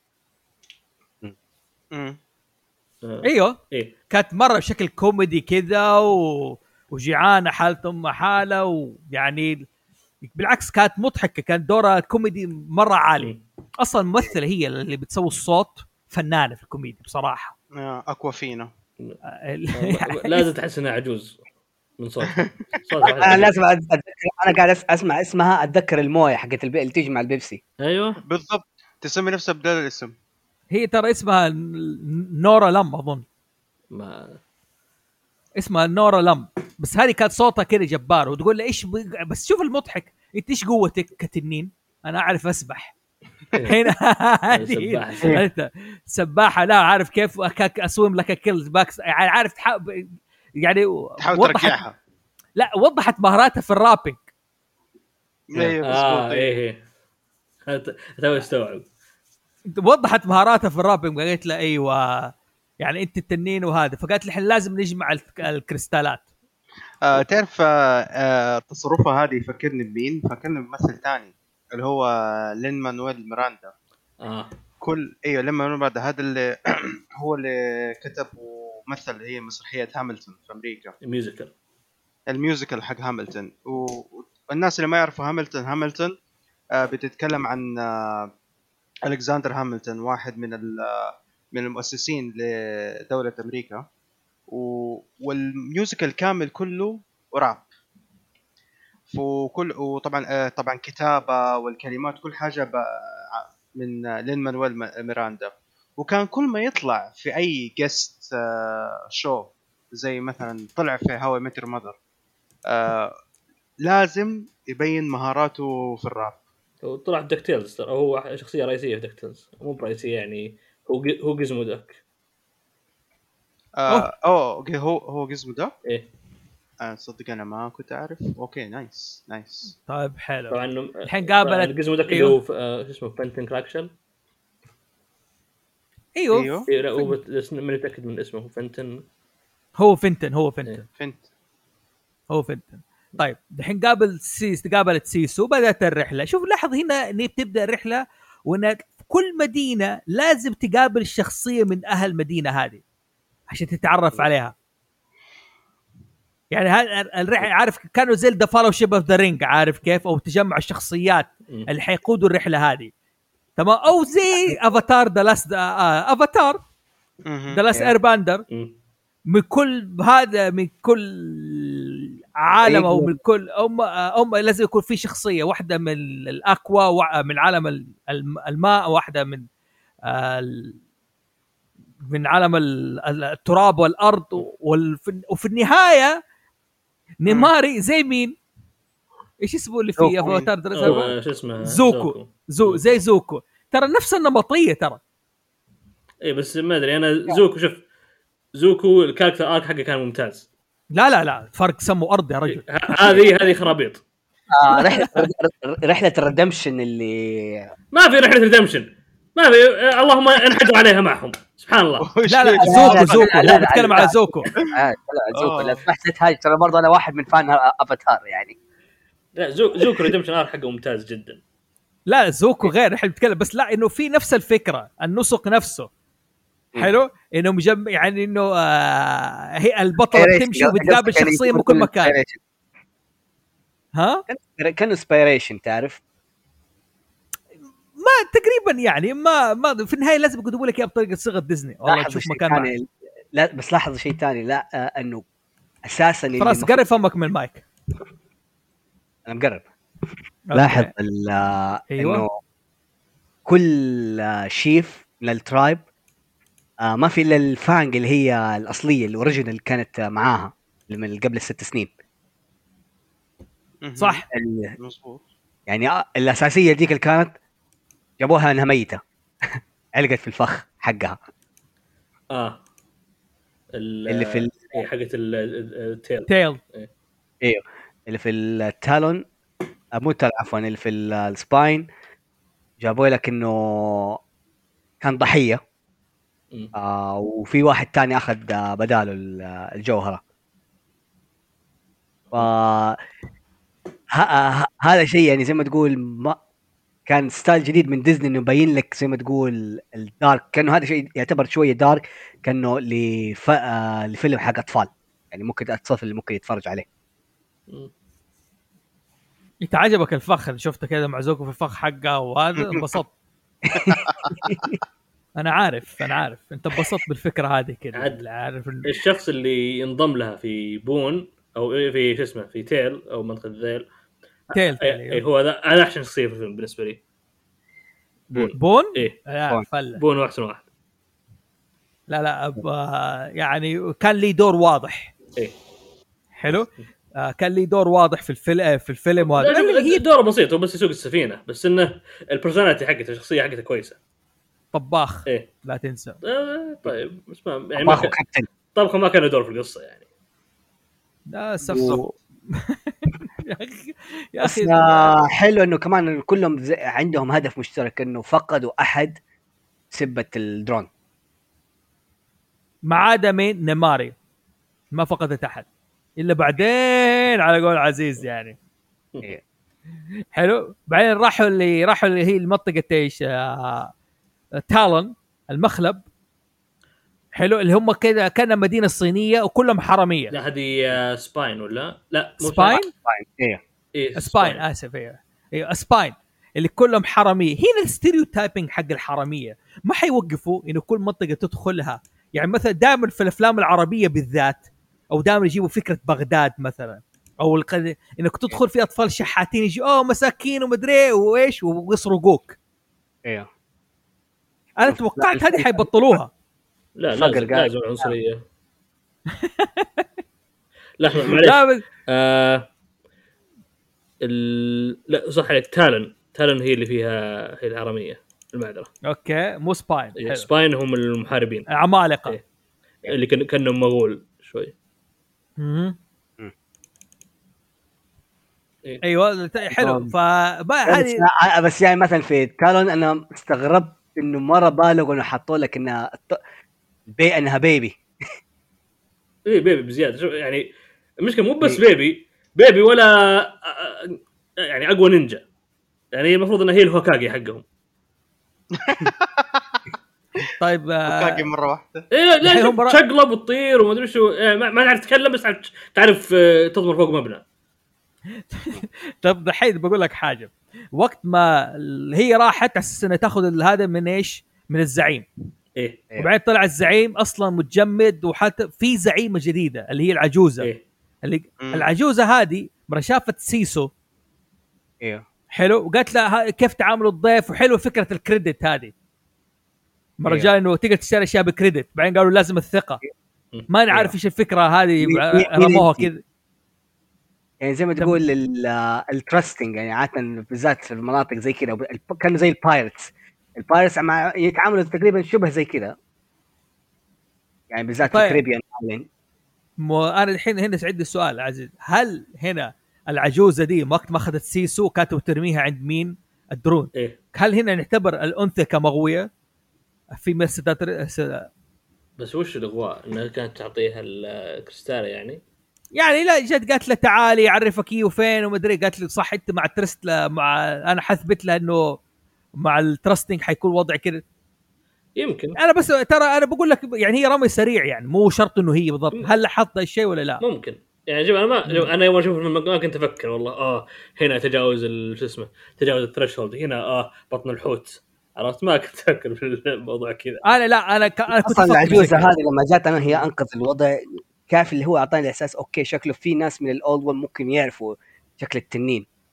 [SPEAKER 1] ايوه كانت مره بشكل كوميدي كذا وجيعانه حالتهم حاله ويعني بالعكس كانت مضحكه كان دورها كوميدي مره عالي. اصلا الممثله هي اللي بتسوي الصوت فنانه في الكوميدي بصراحه.
[SPEAKER 2] اكوافينا
[SPEAKER 3] لازم تحس انها عجوز من صوت
[SPEAKER 4] انا لازم اتذكر انا قاعد اسمع اسمها اتذكر المويه حقت اللي تيجي مع البيبسي.
[SPEAKER 3] ايوه
[SPEAKER 2] بالضبط تسمي نفسها بدل الاسم.
[SPEAKER 1] هي ترى اسمها نورا لم اظن
[SPEAKER 3] ما
[SPEAKER 1] اسمها نورا لم بس هذه كانت صوتها كده جبار وتقول لي ايش بس شوف المضحك انت ايش قوتك كتنين انا اعرف اسبح هنا سباحه لا عارف كيف اسوم لك كل باكس يعني عارف يعني
[SPEAKER 2] وضحت
[SPEAKER 1] لا وضحت مهاراتها في الرابينج.
[SPEAKER 3] ايه هذا استوعب
[SPEAKER 1] وضحت مهاراتها في الرابينج قالت له ايوه يعني انت التنين وهذا فقالت لي احنا لازم نجمع الكريستالات.
[SPEAKER 2] تعرف تصرفها هذه يفكرني بمين؟ فكرني بممثل ثاني اللي هو لين مانويل ميراندا. لين مانويل ميراندا هذا اللي هو اللي كتب ومثل هي مسرحية هاملتون في أمريكا الميوزيكال حق هاملتون. والناس اللي ما يعرفوا هاملتون بتتكلم عن ألكسندر هاملتون واحد من المؤسسين لدولة أمريكا والميوزيكال كامل كله راب وطبعا كتابة والكلمات كل حاجة من لين مانويل ميراندا. وكان كل ما يطلع في أي جست شو زي مثلا طلع في هاوي ميتر ماذر لازم يبين مهاراته في الراب.
[SPEAKER 3] وطلع دكتيلز هو شخصية رئيسية في دكتيلز مو برئيسية يعني هو جزمو داك.
[SPEAKER 2] هو جزمو داك
[SPEAKER 3] ايه
[SPEAKER 2] صدق انا ما كنت اعرف. اوكي نايس
[SPEAKER 1] طيب حلو.
[SPEAKER 3] طبعا
[SPEAKER 1] الحين قابلت
[SPEAKER 3] جزمو داك اللي هو شو اسمه فنتن كراكشن.
[SPEAKER 1] ايوه
[SPEAKER 3] لا هو من يتاكد من اسمه فنتن
[SPEAKER 1] هو فنتن هو فنتن. طيب الحين قابلت سيسو بدأت الرحلة. شوف لاحظ هنا ان تبدأ الرحلة وان كل مدينة لازم تقابل الشخصية من اهل المدينة هذه عشان تتعرف عليها. يعني الرحلة عارف كانوا زي ذا فالوشيب اوف ذا رينج عارف كيف او تجمع الشخصيات اللي حيقودوا الرحلة هذه تمام او زي افاتار ذا لاست ايرباندر من كل هذا من كل عالم او من كل لازم يكون في شخصيه واحده من الاكوا من عالم الماء واحده من عالم التراب والارض وفي النهايه نيماري زي مين ايش اسمه اللي فيه افاتار
[SPEAKER 3] شو اسمه
[SPEAKER 1] زي زوكو ترى نفس النمطيه ترى.
[SPEAKER 3] اي بس ما ادري انا زوكو الكاركتر ارك حقه كان ممتاز.
[SPEAKER 1] لا فرق سمو ارض يا رجل.
[SPEAKER 3] هذه خرابيط.
[SPEAKER 4] رحله الريدمشن اللي
[SPEAKER 3] ما في رحله ريدمشن ما في اللهم انحدوا عليها معهم سبحان الله.
[SPEAKER 1] لا زوكو هو بيتكلم على زوكو.
[SPEAKER 4] زوكو لا سمحت هاي ترى برضه انا واحد من فان افاتار يعني.
[SPEAKER 3] لا زوكو ريدمشن ارك حقه ممتاز جدا.
[SPEAKER 1] لا زوكو غير احنا بنتكلم بس لا انه في نفس الفكره النسق نفسه حلو انه يعني انه هي البطله بتمشي وبتقابل شخصيه من كل مكان. ها
[SPEAKER 4] كان انسبيريشن تعرف
[SPEAKER 1] ما تقريبا يعني ما في النهايه لازم يقولوا لك يا بطريقه صيغه ديزني والله تشوف مكان
[SPEAKER 4] لا بس لاحظ شيء ثاني لا انه اساسا
[SPEAKER 1] خلاص قرب فمك من المايك
[SPEAKER 4] انا مقرب. لاحظ انه كل شيف من الترايب ما في الا الفانج اللي هي الاصليه الاوريجينال اللي كانت معاها من قبل 6 سنين.
[SPEAKER 1] صح
[SPEAKER 2] مظبوط.
[SPEAKER 4] يعني الاساسيه ديك اللي كانت جابوها انها ميته علقت في الفخ حقها. اللي في
[SPEAKER 3] حقه التيل.
[SPEAKER 4] ايوه اللي في التالون مو عفوا اللي في السباين جابوا لك انه كان ضحيه وفي واحد تاني اخذ بداله الجوهره. هذا شيء يعني زي ما تقول ما كان ستايل جديد من ديزني انه يبين لك زي ما تقول الدارك، كانه هذا شيء يعتبر شويه دارك كانه لفيلم حق اطفال، يعني ممكن الطفل اللي ممكن يتفرج عليه.
[SPEAKER 1] انت عجبك الفخ؟ شفته كذا معزوق في الفخ حقه وهذا انبسطت. انا عارف انت انبسطت بالفكره هذه كذا. عارف
[SPEAKER 3] الشخص اللي ينضم لها في بون او في شو اسمه في تيل او منطقه ذيل تيل هو هذا احسن شخصيه في الفيلم بالنسبه لي.
[SPEAKER 1] بون
[SPEAKER 3] ايه بون احسن واحد.
[SPEAKER 1] لا يعني كان لي دور واضح.
[SPEAKER 3] ايه
[SPEAKER 1] حلو. كان لي دور واضح في الفيلم وهذا
[SPEAKER 3] هي دوره بسيط، هو بس يسوق السفينه، بس انه البرسوناليتي حقته الشخصيه حقته كويسه.
[SPEAKER 1] طباخ
[SPEAKER 3] إيه؟
[SPEAKER 1] لا تنسى.
[SPEAKER 3] طيب اسمع يعني
[SPEAKER 4] طبخه
[SPEAKER 3] ما كان دور في القصه يعني.
[SPEAKER 1] لا سفسف
[SPEAKER 4] يا اخي حلو انه كمان كلهم عندهم هدف مشترك انه فقدوا احد سبة الدرون
[SPEAKER 1] ما عدا من نيماري ما فقدت احد الا بعدين على قول عزيز يعني. حلو. بعدين راحوا اللي هي المنطقه ايش تالون المخلب. حلو اللي هم كذا كان مدينه صينيه وكلهم حراميه.
[SPEAKER 3] لا هذه سباين ولا لا
[SPEAKER 1] سباين
[SPEAKER 3] ايه
[SPEAKER 1] سباين اسف ايوه سباين اللي كلهم حراميه. هنا الستيريوتايبنج حق الحراميه ما حيوقفوا انه كل منطقه تدخلها. يعني مثلا دائما في الافلام العربيه بالذات او دائما يجيبوا فكره بغداد مثلا او انك تدخل في اطفال شحاتين يجي مساكين ومدري وايش ويسرقوك.
[SPEAKER 4] ايوه
[SPEAKER 1] انا توقعت هذه حيبطلوها.
[SPEAKER 3] لا لازم عنصريه. لحظه معليش لا صح عليك. تالن هي اللي فيها هي الحراميه المعذره.
[SPEAKER 1] اوكي مو سباين.
[SPEAKER 3] سباين هم المحاربين
[SPEAKER 1] عمالقه
[SPEAKER 3] اللي كانوا مغول شوي.
[SPEAKER 1] ايوه حلو.
[SPEAKER 4] هذه بس يعني مثلا في تالون انا استغربت انه مره بالغوا انه حطوا لك انها انها بيبي.
[SPEAKER 3] ايه بيبي بزياده يعني. المشكله مو بس بيبي ولا يعني اقوى نينجا. يعني المفروض انها هي الهوكاجي حقهم.
[SPEAKER 2] طيب هوكاجي مره واحده.
[SPEAKER 3] ايه لا تشقلب وتطير وما ادري شو. ما تعرف تتكلم بس تعرف تضمر فوق مبنى.
[SPEAKER 1] طب دحين بقول لك حاجه. وقت ما هي راحت على اساس انها تاخذ هذا من ايش من الزعيم.
[SPEAKER 3] ايه
[SPEAKER 1] وبعدين طلع الزعيم اصلا متجمد وحتى في زعيمه جديده اللي هي العجوزه. اللي العجوزه هذه مره شافت سيسو. حلو وقالت له كيف تعاملوا الضيف وحلو فكره الكريدت هذه. مره جاء انه تقدر تشتري اشياء بكريدت. بعدين قالوا لازم الثقه. ما نعرف ايش الفكره هذه رموها كذا
[SPEAKER 4] يعني زي ما تقول التراستنج يعني عاده بالذات في المناطق زي كذا كانوا زي البايرتس يتعاملوا تقريبا شبه زي كذا يعني بالذات في الكاريبيان.
[SPEAKER 1] انا الحين هنا عندي السؤال عزيز. هل هنا العجوزه دي وقت ما اخذت سيسو كانت ترميها عند مين الدرون؟ هل هنا نعتبر الانثى كمغويه في مسدات
[SPEAKER 3] بس وش الاغواء انها كانت تعطيها الكريستال
[SPEAKER 1] يعني لا جت قالت له تعالي اعرفك ايه وفين ومدري. قالت لي صح انت مع الترست مع انا حثبت له انه مع الترستنج حيكون وضع كده
[SPEAKER 3] يمكن.
[SPEAKER 1] انا بس ترى انا بقول لك يعني هي رمي سريع يعني مو شرط انه هي بالضبط. هل لاحظت الشيء ولا لا؟
[SPEAKER 3] ممكن يعني انا انا يوم اشوف ما كنت افكر والله هنا تجاوز شو اسمه تجاوز الثريشولد هنا بطن الحوت. عرفت ما كنت افكر في الموضوع كذا.
[SPEAKER 1] انا كنت
[SPEAKER 4] العجوزه هذه لما جات انا هي انقذ الوضع كافي اللي هو اعطاني الاحساس اوكي شكله في ناس من الاولد ون ممكن يعرفوا شكل التنين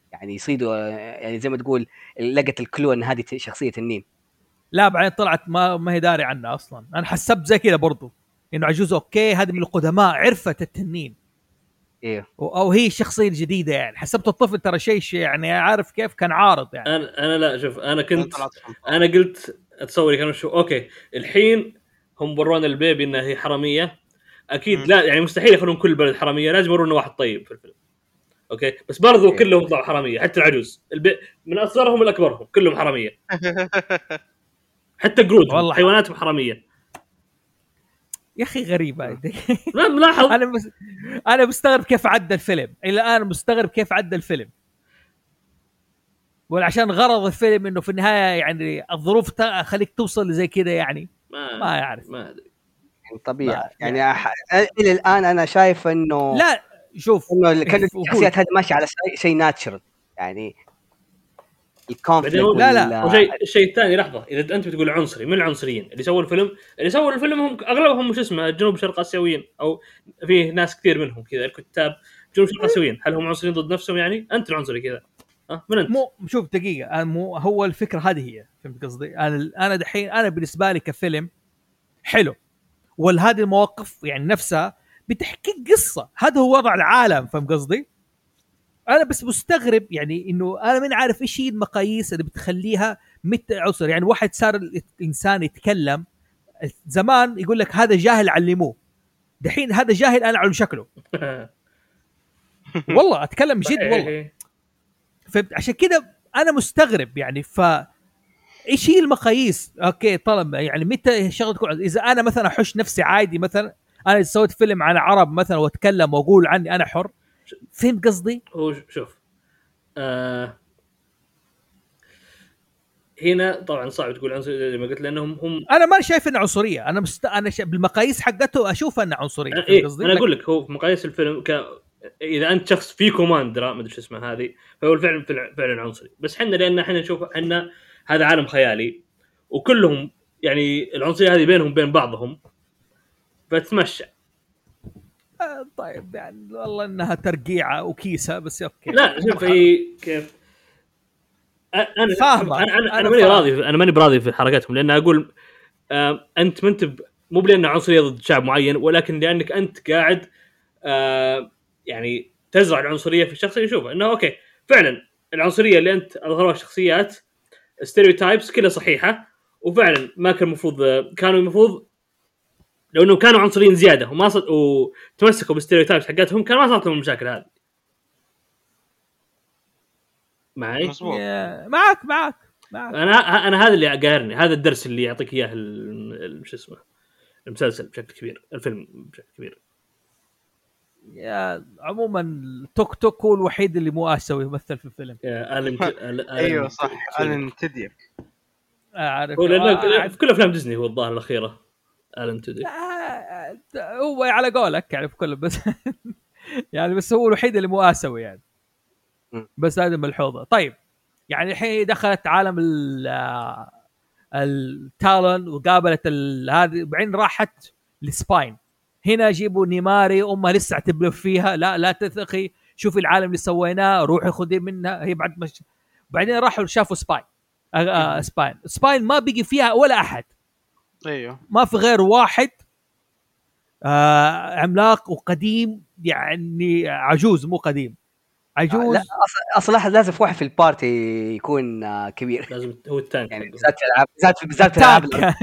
[SPEAKER 4] يعني يصيدوا يعني زي ما تقول لقت الكلو ان هذه شخصيه النين.
[SPEAKER 1] لا بعدين طلعت ما هي داري عنها اصلا. انا حسبت زي كذا برضو انه عجوز اوكي هذه من القدماء عرفت التنين
[SPEAKER 4] ايوه
[SPEAKER 1] او هي الشخصيه الجديده يعني. حسبت الطفل ترى شيء يعني عارف كيف كان عارض يعني.
[SPEAKER 3] انا لا شوف انا قلت اتصور كانوا شو اوكي الحين هم ورونا البيبي انها هي حراميه اكيد لا يعني مستحيل يخلون كل بلد حراميه لازم يورونا واحد طيب في الفيلم اوكي بس برضو كلهم طلعوا حراميه حتى العجوز من اصغرهم لاكبرهم كلهم حراميه حتى قرود حيواناتهم حراميه
[SPEAKER 1] يا اخي غريبه
[SPEAKER 3] لا ملاحظ
[SPEAKER 1] انا مستغرب كيف عدى الفيلم الى الان مستغرب كيف عدى الفيلم ولا عشان غرض الفيلم انه في النهايه يعني الظروف خليك توصل لزي كذا يعني ما يعرف
[SPEAKER 3] ما ادري
[SPEAKER 4] طبيعي يعني الى الان انا شايف انه
[SPEAKER 1] لا شوف
[SPEAKER 4] انه كانت الشخصيات هذه ماشيه على شيء ناتشرال يعني الكونفليكت.
[SPEAKER 1] لا
[SPEAKER 3] الشيء الثاني لحظه اذا انت بتقول عنصري من العنصريين اللي سووا الفيلم هم اغلبهم مش اسمه جنوب شرق اسيويين او فيه ناس كثير منهم كذا الكتاب جنوب شرق اسيويين هل هم عنصريين ضد نفسهم يعني انت العنصري كذا من انت
[SPEAKER 1] مو شوف دقيقه مو هو الفكره هذه هي فهمت قصدي انا دحين انا بالنسبه لي كفيلم حلو والهذه المواقف يعني نفسها بتحكي قصه هذا هو وضع العالم فهمت قصدي. انا بس مستغرب يعني انه انا من عارف ايش هي المقاييس اللي بتخليها عنصر يعني واحد صار الانسان يتكلم زمان يقول لك هذا جاهل علموه دحين هذا جاهل انا علم شكله والله اتكلم جد والله فهمت عشان كده انا مستغرب يعني ايش هي المقاييس اوكي طالب يعني متى شغله تكون اذا انا مثلا احش نفسي عادي مثلا انا سويت فيلم عن عرب مثلا واتكلم واقول عني انا حر فهمت قصدي.
[SPEAKER 3] هو شوف هنا طبعا صعب تقول عنصريه زي ما قلت لانهم
[SPEAKER 1] انا ما شايف انه عنصريه انا انا بالمقاييس حقته اشوف انه عنصريه
[SPEAKER 3] فهمت قصدي. انا اقول لك هو في مقاييس الفيلم اذا انت شخص في كوماندرا ما ادري شو اسمه هذه فهو فعلا عنصري بس احنا لان احنا نشوف ان هذا عالم خيالي وكلهم يعني العنصريه هذه بينهم بين بعضهم فتمشى.
[SPEAKER 1] طيب يعني والله انها ترقيعه وكيسه بس اوكي
[SPEAKER 3] لا شوف كيف انا
[SPEAKER 1] فاهم
[SPEAKER 3] انا ماني راضي انا ماني براضي في حركاتهم لان اقول انت ما انت مو لان عنصريه ضد شعب معين ولكن لانك انت قاعد يعني تزرع العنصريه في الشخص اللي يشوفه انه اوكي فعلا العنصريه اللي انت اظهرها الشخصيات ستيريوتايبس كلها صحيحه وفعلا ما كان كانوا المفروض لو انه كانوا عنصريين زياده وما وتمسكوا بالستيريوتايبس حقتهم كان ما صارت لهم المشاكل هذه. معي
[SPEAKER 1] معك
[SPEAKER 3] انا هذا اللي قاهرني هذا الدرس اللي يعطيك اياه مش اسمه المسلسل بشكل كبير الفيلم بشكل كبير.
[SPEAKER 1] يا عموما توك توك هو الوحيد اللي مو اسوي يمثل في الفيلم.
[SPEAKER 2] ايوه صح ألن تديك
[SPEAKER 1] اعرف
[SPEAKER 3] في كل افلام ديزني هو الظاهر الاخيره ألن تديك
[SPEAKER 1] هو على قولك يعني في كل بس يعني بس هو الوحيد اللي مو اسوي يعني بس هذه ملحوظه. طيب يعني الحين دخلت عالم التالون وقابلت هذه بعدين راحت لسباين هنا جيبوا نيماري امها لسه تبلف فيها لا تثقي شوفي العالم اللي سويناه روحي خذي منها هي بعدين راحوا شافوا سباين ما بقي فيها ولا احد.
[SPEAKER 2] ايوه
[SPEAKER 1] ما في غير واحد عملاق وقديم يعني عجوز مو قديم عجوز
[SPEAKER 4] لا اصلا لازم في واحد في البارتي يكون كبير
[SPEAKER 3] لازم هو الثاني
[SPEAKER 4] يعني بالذات الالعاب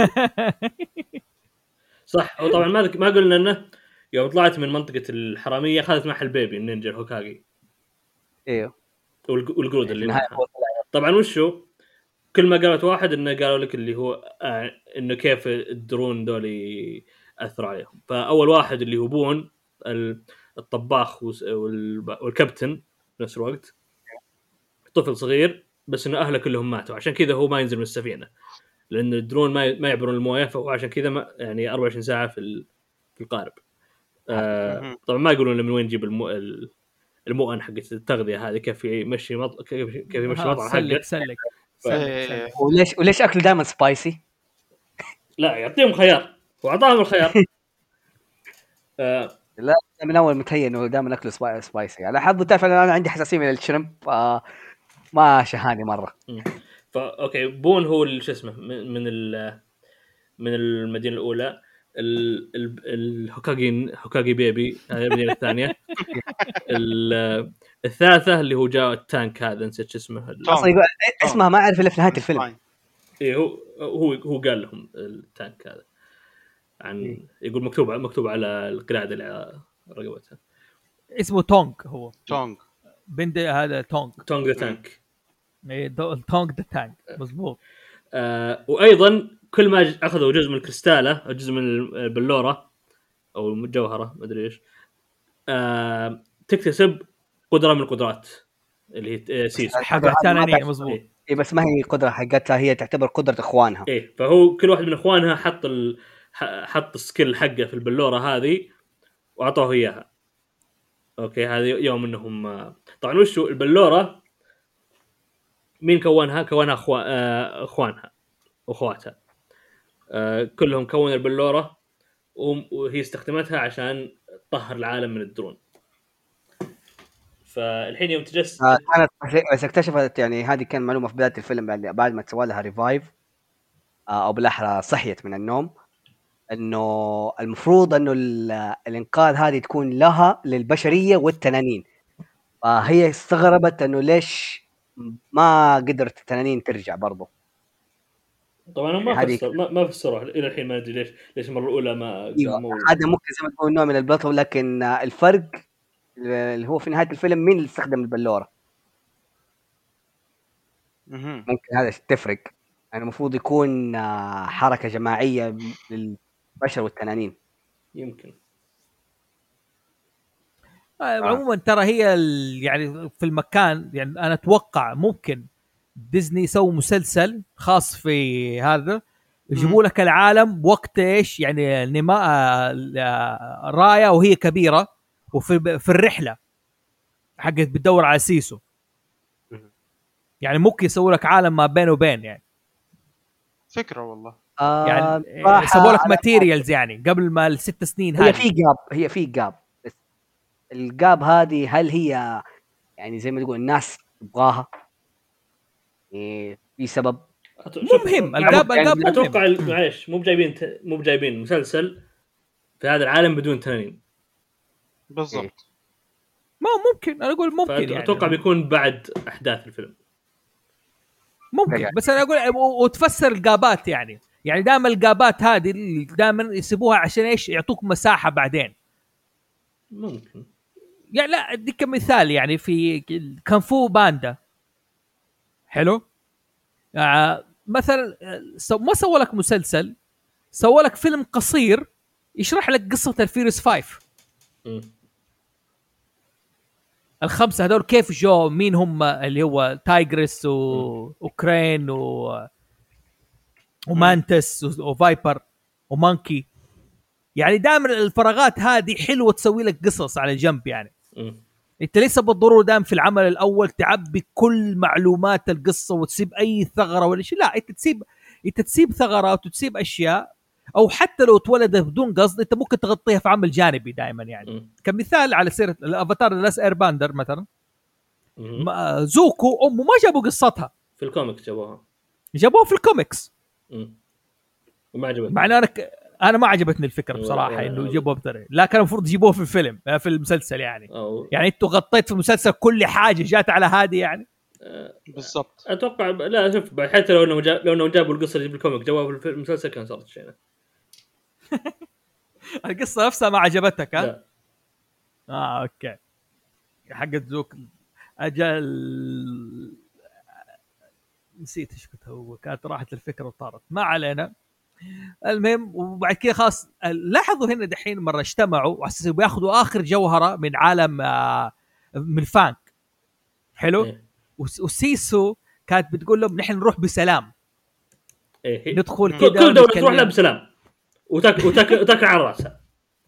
[SPEAKER 3] صح. وطبعا ما قلنا انه يوم طلعت من منطقه الحراميه اخذت معها البيبي النينجا هوكاغي
[SPEAKER 4] ايوه
[SPEAKER 3] والقرود اللي طبعا وشو كل ما قالت واحد انه قالوا لك اللي هو انه كيف الدرون دول اثروا عليهم. فاول واحد اللي هو بون الطباخ والكابتن في نفس الوقت طفل صغير بس انه اهله كلهم ماتوا عشان كذا هو ما ينزل من السفينه لان الدرون ما يعبرون المويه فعشان كذا يعني 24 ساعه في القارب. طبعا ما يقولون من وين يجيب المؤن حق التغذيه هذه كيف يمشي كيف يمشي مطعم حقه
[SPEAKER 1] سلك
[SPEAKER 4] وليش اكله دائما سبايسي
[SPEAKER 3] لا يعطيهم خيار واعطاهم الخيار.
[SPEAKER 4] لا من اول متهيأ انه دائما اكله سبايسي على حظه. تعرف انا عندي حساسيه من الشرمب، ما شهاني مره.
[SPEAKER 3] فا اوكي بون هو شو اسمه من المدينه الاولى. الهوكاجي بيبي هذه المدينه الثانيه. الثالثه اللي هو جاء التانك هذا نسيت شو اسمه
[SPEAKER 4] اصلا يقول اسمها ما اعرف الا في نهايه الفيلم.
[SPEAKER 3] ايه هو قال لهم التانك هذا عن يقول مكتوب على القلاده اللي رقبتها
[SPEAKER 1] اسمه تونغ. هو
[SPEAKER 2] تونغ
[SPEAKER 1] بند هذا تونغ
[SPEAKER 3] ذا تانك.
[SPEAKER 1] تونغ ذا تانك مظبوط.
[SPEAKER 3] وايضا كل ما اخذوا جزء من الكريستاله او جزء من البلوره او الجوهره ما ادري ايش تكتسب قدره من القدرات اللي هي سيس
[SPEAKER 1] حق الثانيه مظبوط.
[SPEAKER 4] اي بس ما هي قدره حقتها، هي تعتبر قدره اخوانها.
[SPEAKER 3] ايه فهو كل واحد من اخوانها حط السكيل حقه في البلوره هذه واعطوه اياها. اوكي هذه يوم انهم طبعا وش البلوره مين كونها اخوانها واخواتها كلهم كونوا البلوره وهي استخدمتها عشان تطهر العالم من الدرون. فالحين يوم تجس
[SPEAKER 4] كانت بس اكتشفت يعني هذه كان معلومه في بدايه الفيلم بعد ما تسوى لها ريفايف او بالاحرى صحيت من النوم، انه المفروض انه الانقاذ هذه تكون لها للبشريه والتنانين. فهي استغربت انه ليش ما قدرت التنانين ترجع برضه.
[SPEAKER 3] طبعا ما فسروا الى الحين ما ادري ليش المره الاولى ما
[SPEAKER 4] هذا ممكن زي ما تقول نوع من البلطو، لكن الفرق اللي هو في نهايه الفيلم مين اللي استخدم البلوره. ممكن هذا تفرق، يعني المفروض يكون حركه جماعيه للبشر والتنانين
[SPEAKER 3] يمكن.
[SPEAKER 1] عموما ترى هي يعني في المكان، يعني انا اتوقع ممكن ديزني يسوي مسلسل خاص في هذا، يجيبوا لك العالم وقت ايش يعني نماء رايا وهي كبيره وفي الرحله حقت بتدور على سيسو. يعني ممكن يسوي لك عالم ما بين وبين، يعني
[SPEAKER 2] فكره والله.
[SPEAKER 1] يعني يسوي لك ماتيريالز يعني قبل ما ال6 سنين.
[SPEAKER 4] هي في جاب بس الجاب هذه هل هي يعني زي ما تقول الناس تبغاها في سبب
[SPEAKER 1] مهم؟ الجاب
[SPEAKER 3] اتوقع معليش مو جايبين مسلسل في هذا العالم بدون تنانين
[SPEAKER 2] بالضبط.
[SPEAKER 1] ما ممكن انا اقول ممكن يعني
[SPEAKER 3] اتوقع بيكون بعد احداث الفيلم
[SPEAKER 1] ممكن. بس انا اقول وتفسر الجابات يعني دائما الجابات هذه دائما يسيبوها عشان ايش؟ يعطوك مساحه بعدين
[SPEAKER 3] ممكن.
[SPEAKER 1] يعني لا اديك مثال، يعني في كونفو باندا حلو مثلا ما سوى لك مسلسل، سوى لك فيلم قصير يشرح لك قصة الفيروس 5. الخمسة هذول كيف جو، مين هم اللي هو تايجرس وكرين ومانتس وفايبر ومانكي. يعني دائما الفراغات هذه حلوة تسوي لك قصص على جنب يعني. انت ليس بالضروره دام في العمل الاول تعبي كل معلومات القصه وتسيب اي ثغره ولا شيء. لا انت تسيب ثغرات وتسيب اشياء، او حتى لو اتولد بدون قصد انت ممكن تغطيها في عمل جانبي دائما يعني. كمثال على سيره الافاتار لاس اير باندر مثلا، زوكو امه ما جابوا قصتها
[SPEAKER 3] في الكوميكس،
[SPEAKER 1] جابوها في الكوميكس
[SPEAKER 3] وما عجبتني.
[SPEAKER 1] مع انا ما عجبتني الفكره بصراحه انه يجيبوها بطريقه، لا كان المفروض يجيبوها في الفيلم في المسلسل يعني. يعني انتوا غطيت في المسلسل كل حاجه جات على هذه يعني.
[SPEAKER 2] بالضبط.
[SPEAKER 3] اتوقع لا شوف حتى لو انه جابوا القصه اللي بالكوميك جابوها في المسلسل كان صارت شيء.
[SPEAKER 1] القصه نفسها ما عجبتك ها؟
[SPEAKER 3] لا.
[SPEAKER 1] اوكي. حقت زوك اجل نسيت ايش كنت هو، كانت راحت الفكره وطارت، ما علينا. المهم وبعد كده خلاص لاحظوا هنا دحين مره اجتمعوا واساسا بياخذوا اخر جوهره من عالم من فانك حلو. وسيسو كانت بتقول لهم نحن نروح بسلام. ندخل كده
[SPEAKER 3] كل دوله تروح لها بسلام وتاكل على راسها.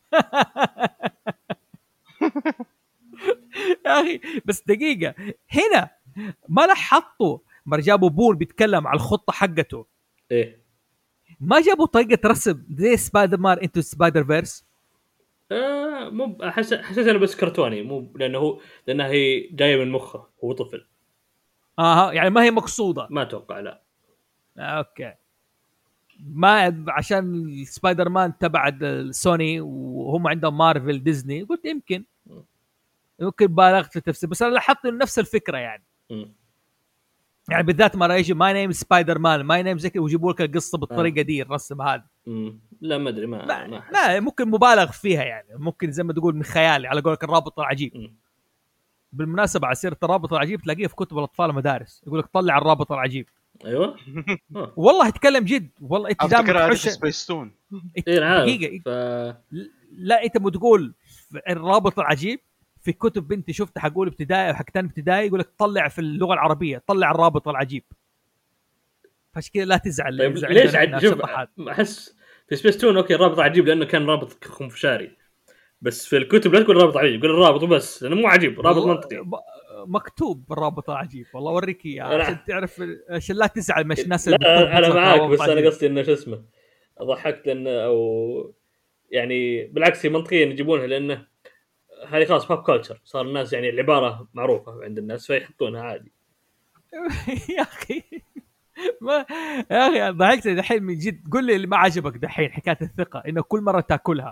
[SPEAKER 1] يا اخي بس دقيقه هنا ما لاحظتوا مره جابوا بول بيتكلم على الخطه حقته ما جابوا طريقه رسم زي سبايدر مان انتو سبايدر فيرس؟
[SPEAKER 3] مو حسيت انا بس كرتوني، مو لانها هي جايه من مخه هو طفل.
[SPEAKER 1] يعني ما هي مقصوده.
[SPEAKER 3] ما اتوقع لا.
[SPEAKER 1] اوكي. ما عشان سبايدر مان تبع السوني وهم عندهم مارفل ديزني، قلت يمكن بالغت في التفسير، بس انا لاحظت انه نفس الفكره يعني. يعني بالذات ما يجي ماي نيم سبايدر مان، ماي نيم زي كذا، ويجيبوا لك القصه بالطريقه دي، الرسم هذا.
[SPEAKER 3] لا ما ادري،
[SPEAKER 1] ما ممكن مبالغ فيها يعني، ممكن زي ما تقول من خيالي، على قولك الرابط العجيب. بالمناسبه على سيره الرابط العجيب، تلاقيه في كتب الاطفال المدارس، يقول لك طلع الرابط العجيب.
[SPEAKER 3] ايوه
[SPEAKER 1] والله يتكلم جد، والله انت
[SPEAKER 2] دائما تخش سبيستون.
[SPEAKER 1] دقيقه لا انت بتقول الرابط العجيب في كتب بنتي شفتها، حقول ابتدائي وحق ثاني ابتدائي، يقول لك طلع في اللغه العربيه طلع الرابط العجيب. فاش كذا لا تزعل.
[SPEAKER 3] طيب ليش شوف احس في سبيستون اوكي الرابط عجيب لانه كان رابط خنفشاري، بس في الكتب لا تقول رابط عجيب، قول الرابط وبس، لانه مو عجيب، رابط منطقي
[SPEAKER 1] مكتوب بالرابط العجيب. والله اوريك اياه عشان تعرف، عشان لا تزعل مش الناس
[SPEAKER 3] لا انا معاك، بس انا قصدي انه شو اسمه ضحكت انه، او يعني بالعكس هي منطقيا يجيبونها، لانه هذه خلاص بوب كلتشر، صار الناس يعني العباره معروفه عند الناس فيحطونها عادي.
[SPEAKER 1] يا اخي ما يا اخي ضحكت الحين من جد. قل لي اللي ما عجبك دحين حكايه الثقه، انه كل مره تاكلها.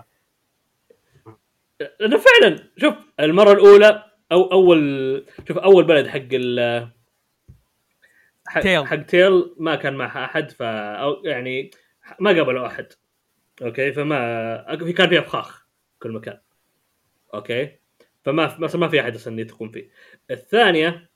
[SPEAKER 3] لانه فعلا شوف المره الاولى شوف اول بلد حق تيل ما كان مع احد، أو يعني ما قابلوا احد. اوكي فما كان فيها فخاخ كل مكان. اوكي ما في احد اصلا يثقون فيه. الثانيه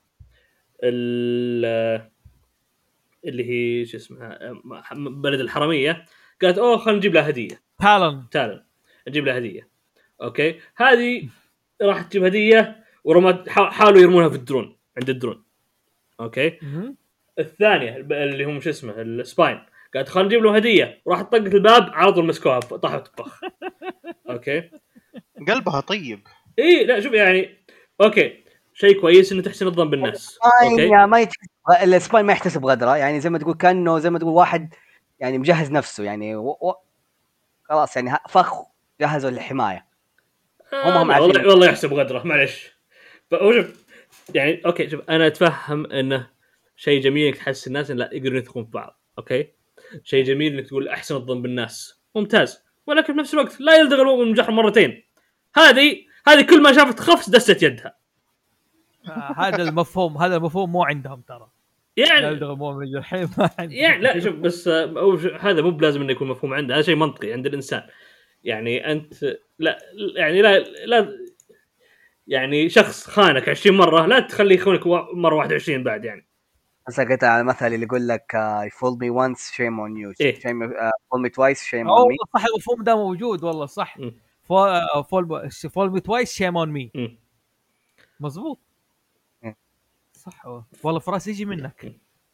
[SPEAKER 3] اللي هي شو اسمها بلد الحراميه، قالت اوه خلينا نجيب لها هديه. تالن نجيب لها هديه. اوكي هذه راح تجيب هديه ورمت، حاولوا يرمونها في الدرون عند الدرون. اوكي الثانيه اللي هم شو اسمه السباين، قالت خلينا نجيب له هديه، راح طقت الباب على طول مسكوها طاحت بخ. اوكي
[SPEAKER 2] قلبها طيب.
[SPEAKER 3] اي لا شوف يعني اوكي شيء كويس انه تحسن الظن بالناس.
[SPEAKER 4] اوكي ما السباين ما يحتسب غدره، يعني زي ما تقول كانه زي ما تقول واحد يعني مجهز نفسه يعني خلاص يعني فخ جهزوا للحمايه. هم عارفين
[SPEAKER 3] والله يحسب غدره معلش. فشوف يعني اوكي شوف انا اتفهم انه شيء جميل انك تحس الناس إن لا يقدرون يثقون في بعض. اوكي شيء جميل انك تقول احسن الظن بالناس ممتاز، ولكن في نفس الوقت لا يلدغ المؤمن من جحر مرتين. هذه كل ما شافت خفص دست يدها.
[SPEAKER 1] هذا المفهوم مو عندهم ترى،
[SPEAKER 3] يعني
[SPEAKER 1] يلدغ المؤمن الحين
[SPEAKER 3] يعني لا شوف بس هذا مو بلازم انه يكون مفهوم عنده، هذا شيء منطقي عند الانسان. يعني انت لا يعني لا يعني شخص خانك 20 مره لا تخليه يخونك مره 21 بعد. يعني
[SPEAKER 4] بس قلت على المثل اللي يقول لك fool me once shame on you fool me twice shame on me.
[SPEAKER 1] صح المفهوم ده موجود والله صح. fool me twice shame on me. مظبوط صح والله فراس يجي منك.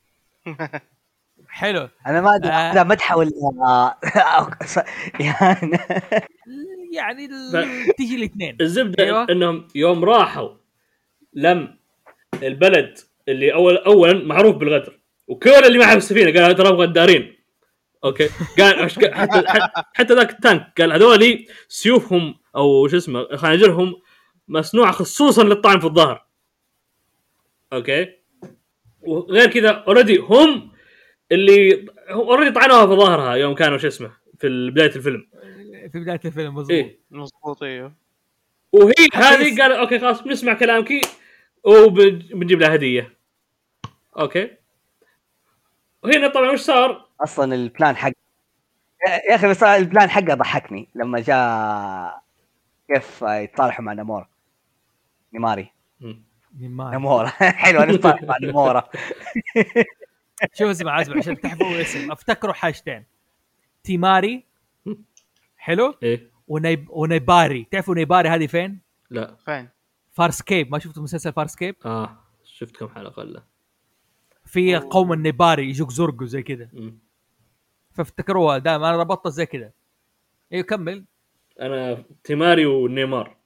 [SPEAKER 1] حلو.
[SPEAKER 4] انا ما ادري هذا مدح ولا
[SPEAKER 1] يعني تيجي الاثنين.
[SPEAKER 3] الزبده أيوة. انهم يوم راحوا لم البلد اللي اولا معروف بالغدر، وكل اللي معه السفينه قالوا ترى غدارين. اوكي قال حتى ذاك التانك قال هذول سيوفهم او شو اسمه خناجرهم مصنوعه خصوصا للطعن في الظهر. اوكي وغير كذا اوريدي هم اللي اوريدي طعنوها في ظهرها يوم كانوا شو اسمه في بدايه الفيلم.
[SPEAKER 1] مظبوط
[SPEAKER 2] مظبوط ايوه.
[SPEAKER 3] وهي هذه قال اوكي خلاص بنسمع كلامك وبنجيب لها هديه. اوكي وهنا طبعا وش صار
[SPEAKER 4] اصلا البلان حق يا اخي، بس البلان حقه ضحكني لما جاء كيف يتصالحوا مع نيماري. نمورة حلو نتصالح مع نمورة.
[SPEAKER 1] شوف اسمع عشان تحفظوا اسم افتكروا حاجتين، تيماري حلو
[SPEAKER 3] إيه؟
[SPEAKER 1] ونيباري. تعرفوا نيباري هذه فين؟
[SPEAKER 3] لا
[SPEAKER 2] فين؟
[SPEAKER 1] فارسكيب. ما شفتوا مسلسل فارسكيب؟
[SPEAKER 3] شفت كم حلقة له
[SPEAKER 1] في قوم النيباري يجوك زرقوا زي كده، فافتكروها دائما. انا ربطت زي كده. ايه كمل.
[SPEAKER 3] انا تيماري ونيمار.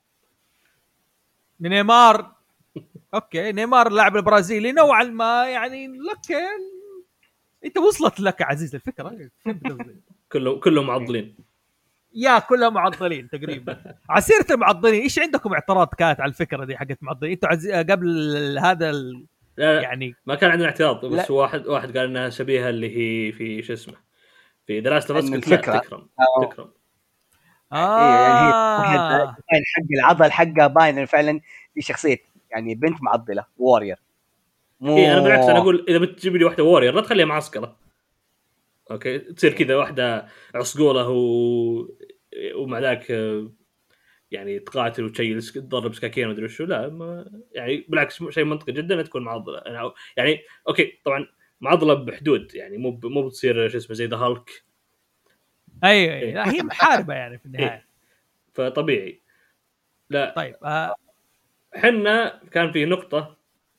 [SPEAKER 1] اوكي نيمار اللاعب البرازيلي نوعا ما يعني لك انت وصلت لك عزيز الفكره.
[SPEAKER 3] كلهم معضلين.
[SPEAKER 1] يا كلها معضلين تقريبا. عسيرة المعضلين، ايش عندكم اعتراض كانت على الفكره دي حقت معضلين؟ انتوا قبل هذا
[SPEAKER 3] لا
[SPEAKER 1] يعني
[SPEAKER 3] ما كان عندنا اعتراض، بس
[SPEAKER 4] لا.
[SPEAKER 3] واحد قال انها شبيهه اللي هي في شو اسمه في دراسه
[SPEAKER 4] إنه
[SPEAKER 3] الرسم. لا
[SPEAKER 4] الفكرة
[SPEAKER 3] تكرم
[SPEAKER 4] ايوه يعني هي واحد
[SPEAKER 1] اه
[SPEAKER 4] باين حق العضل حقها باين إنه فعلا دي شخصيه يعني بنت معضله وورير. مو
[SPEAKER 3] اي انا بالعكس انا اقول اذا بتجيب لي واحده وورير لا تخليها معسكره، اوكي تصير كذا واحده عصقوله ومع ذاك يعني تقاتل وتشيل تضرب سكاكين ومدري وشو. لا يعني بالعكس شيء منطقي جدا تكون معضله يعني اوكي طبعا معضله بحدود، يعني مو بتصير شو اسمه زي ذا هالك.
[SPEAKER 1] ايوه
[SPEAKER 3] إيه.
[SPEAKER 1] لا هي محاربه يعني في النهايه.
[SPEAKER 3] إيه. فطبيعي. لا
[SPEAKER 1] طيب
[SPEAKER 3] حنا كان في نقطه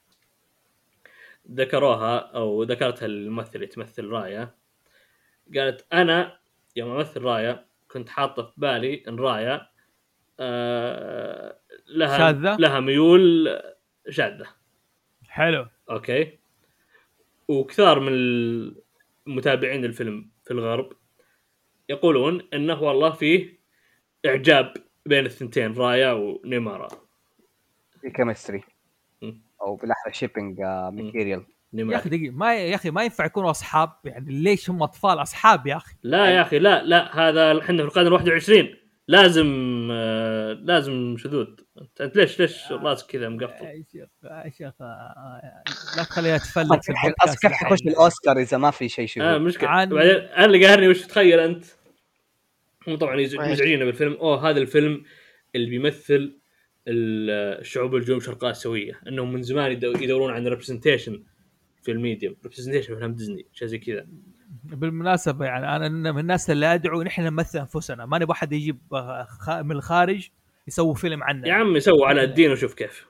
[SPEAKER 3] ذكروها او ذكرتها الممثل تمثل رايا، قالت انا يوم امثل رايا كنت حاطه في بالي ان رايا
[SPEAKER 1] شاذة؟
[SPEAKER 3] لها ميول شاذه.
[SPEAKER 1] حلو.
[SPEAKER 3] اوكي. وكثار من المتابعين الفيلم في الغرب يقولون انه والله فيه اعجاب بين الثنتين رايا ونيمارا.
[SPEAKER 4] في كيمستري
[SPEAKER 3] م.
[SPEAKER 4] او بالاحرى شيبينج ماتيريال.
[SPEAKER 1] يا اخي دقيقه، ما يا اخي ما ينفع يكونوا اصحاب يعني، ليش هم اطفال اصحاب يا اخي؟
[SPEAKER 3] لا يا اخي لا هذا احنا في القرن 21 لازم شذوذ. انت ليش راسك كذا مقفل؟
[SPEAKER 1] يا شيخ لا تخليها تفلت في البودكاست.
[SPEAKER 4] كيف حيخش الاوسكار اذا ما في شيء شذوذ؟
[SPEAKER 3] مشكله
[SPEAKER 1] عن...
[SPEAKER 3] بعدين انا اللي قاهرني وش تخيل انت، هم طبعا مزعجين بالفيلم هذا الفيلم اللي بيمثل الشعوب الجنوب شرق اسيويه، انهم من زمان يدورون عن ريبرزنتيشن في الميديا، ريبرزنتيشن في افلام ديزني شيء زي كذا.
[SPEAKER 1] بالمناسبه يعني انا من الناس اللي ادعو نحن نمثل انفسنا، ما نبغى حد يجيب من الخارج يسوي فيلم عننا.
[SPEAKER 3] يا عمي سووا على الدين وشوف كيف.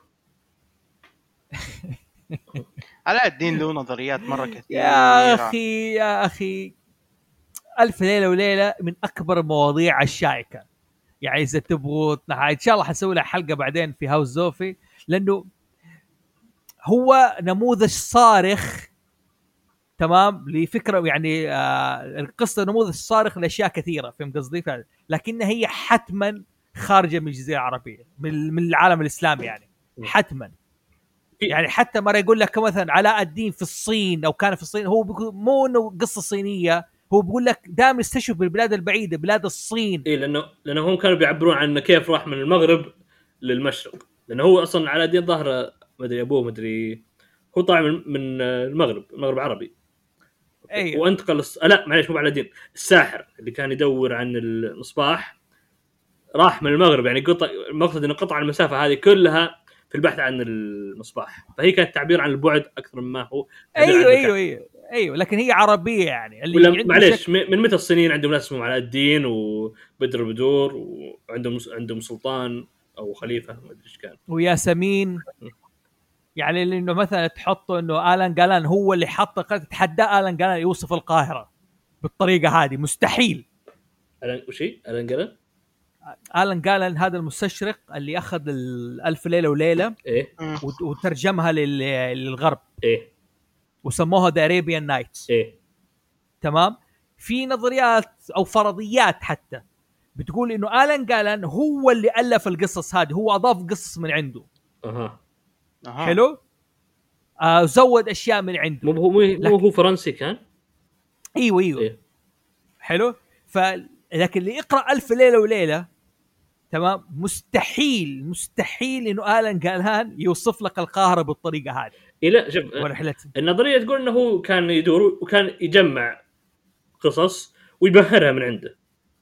[SPEAKER 2] علاء الدين له نظريات مره كثيره.
[SPEAKER 1] يا اخي ألف ليله وليله من اكبر المواضيع الشائكه. يعني اذا تبغوا ان شاء الله حنسوي له حلقه بعدين في هاوس زوفي، لانه هو نموذج صارخ تمام لفكره يعني القصه نموذج صارخ لاشياء كثيره، فهمت قصدي؟ لكنها هي حتما خارجه من الجزيره العربيه، من العالم الاسلامي يعني حتما. يعني حتى مره يقول لك مثلا علاء الدين في الصين او كان في الصين، هو مو انه قصه صينيه، هو بيقول لك دائما يستشف بالبلاد البعيده بلاد الصين.
[SPEAKER 3] اي لانه هم كانوا بيعبرون عن كيف راح من المغرب للمشرق، لانه هو اصلا علاء الدين ظاهره ما ادري ابوه ما ادري هو طالع من المغرب العربي.
[SPEAKER 1] أيوة.
[SPEAKER 3] وانتقل لا معليش مو علاء الدين، الساحر اللي كان يدور عن المصباح راح من المغرب، يعني المقصد انه قطع المسافه هذه كلها في البحث عن المصباح، فهي كانت تعبير عن البعد اكثر مما هو
[SPEAKER 1] ايوه لكن هي عربيه يعني
[SPEAKER 3] اللي معليش من متى الصينيين عندهم ناس اسمهم علاء الدين وبدر بدور وعندهم سلطان او خليفه ما ادري ايش كان
[SPEAKER 1] وياسمين. يعني انه مثلا تحطه انه آلان جالان هو اللي حط تحدى آلان جالان يوصف القاهره بالطريقه هذه، مستحيل. آلان جالان هذا المستشرق اللي اخذ الألف ليله وليله
[SPEAKER 3] إيه؟
[SPEAKER 1] وترجمها للغرب
[SPEAKER 3] إيه؟
[SPEAKER 1] وسموها ذا أريبيان نايتس.
[SPEAKER 3] إيه؟
[SPEAKER 1] تمام. في نظريات او فرضيات حتى بتقول انه آلان جالان هو اللي الف القصص هذه، هو اضاف قصص من عنده. حلو. زود اشياء من عنده.
[SPEAKER 3] مو هو فرنسي كان.
[SPEAKER 1] ايوه
[SPEAKER 3] إيه؟
[SPEAKER 1] حلو. لكن اللي يقرا ألف ليله وليله تمام مستحيل انه آلان جالان يوصف لك القاهره بالطريقه هذه.
[SPEAKER 3] إيه لا شوف النظريه تقول انه هو كان يدور وكان يجمع قصص ويبهرها من عنده.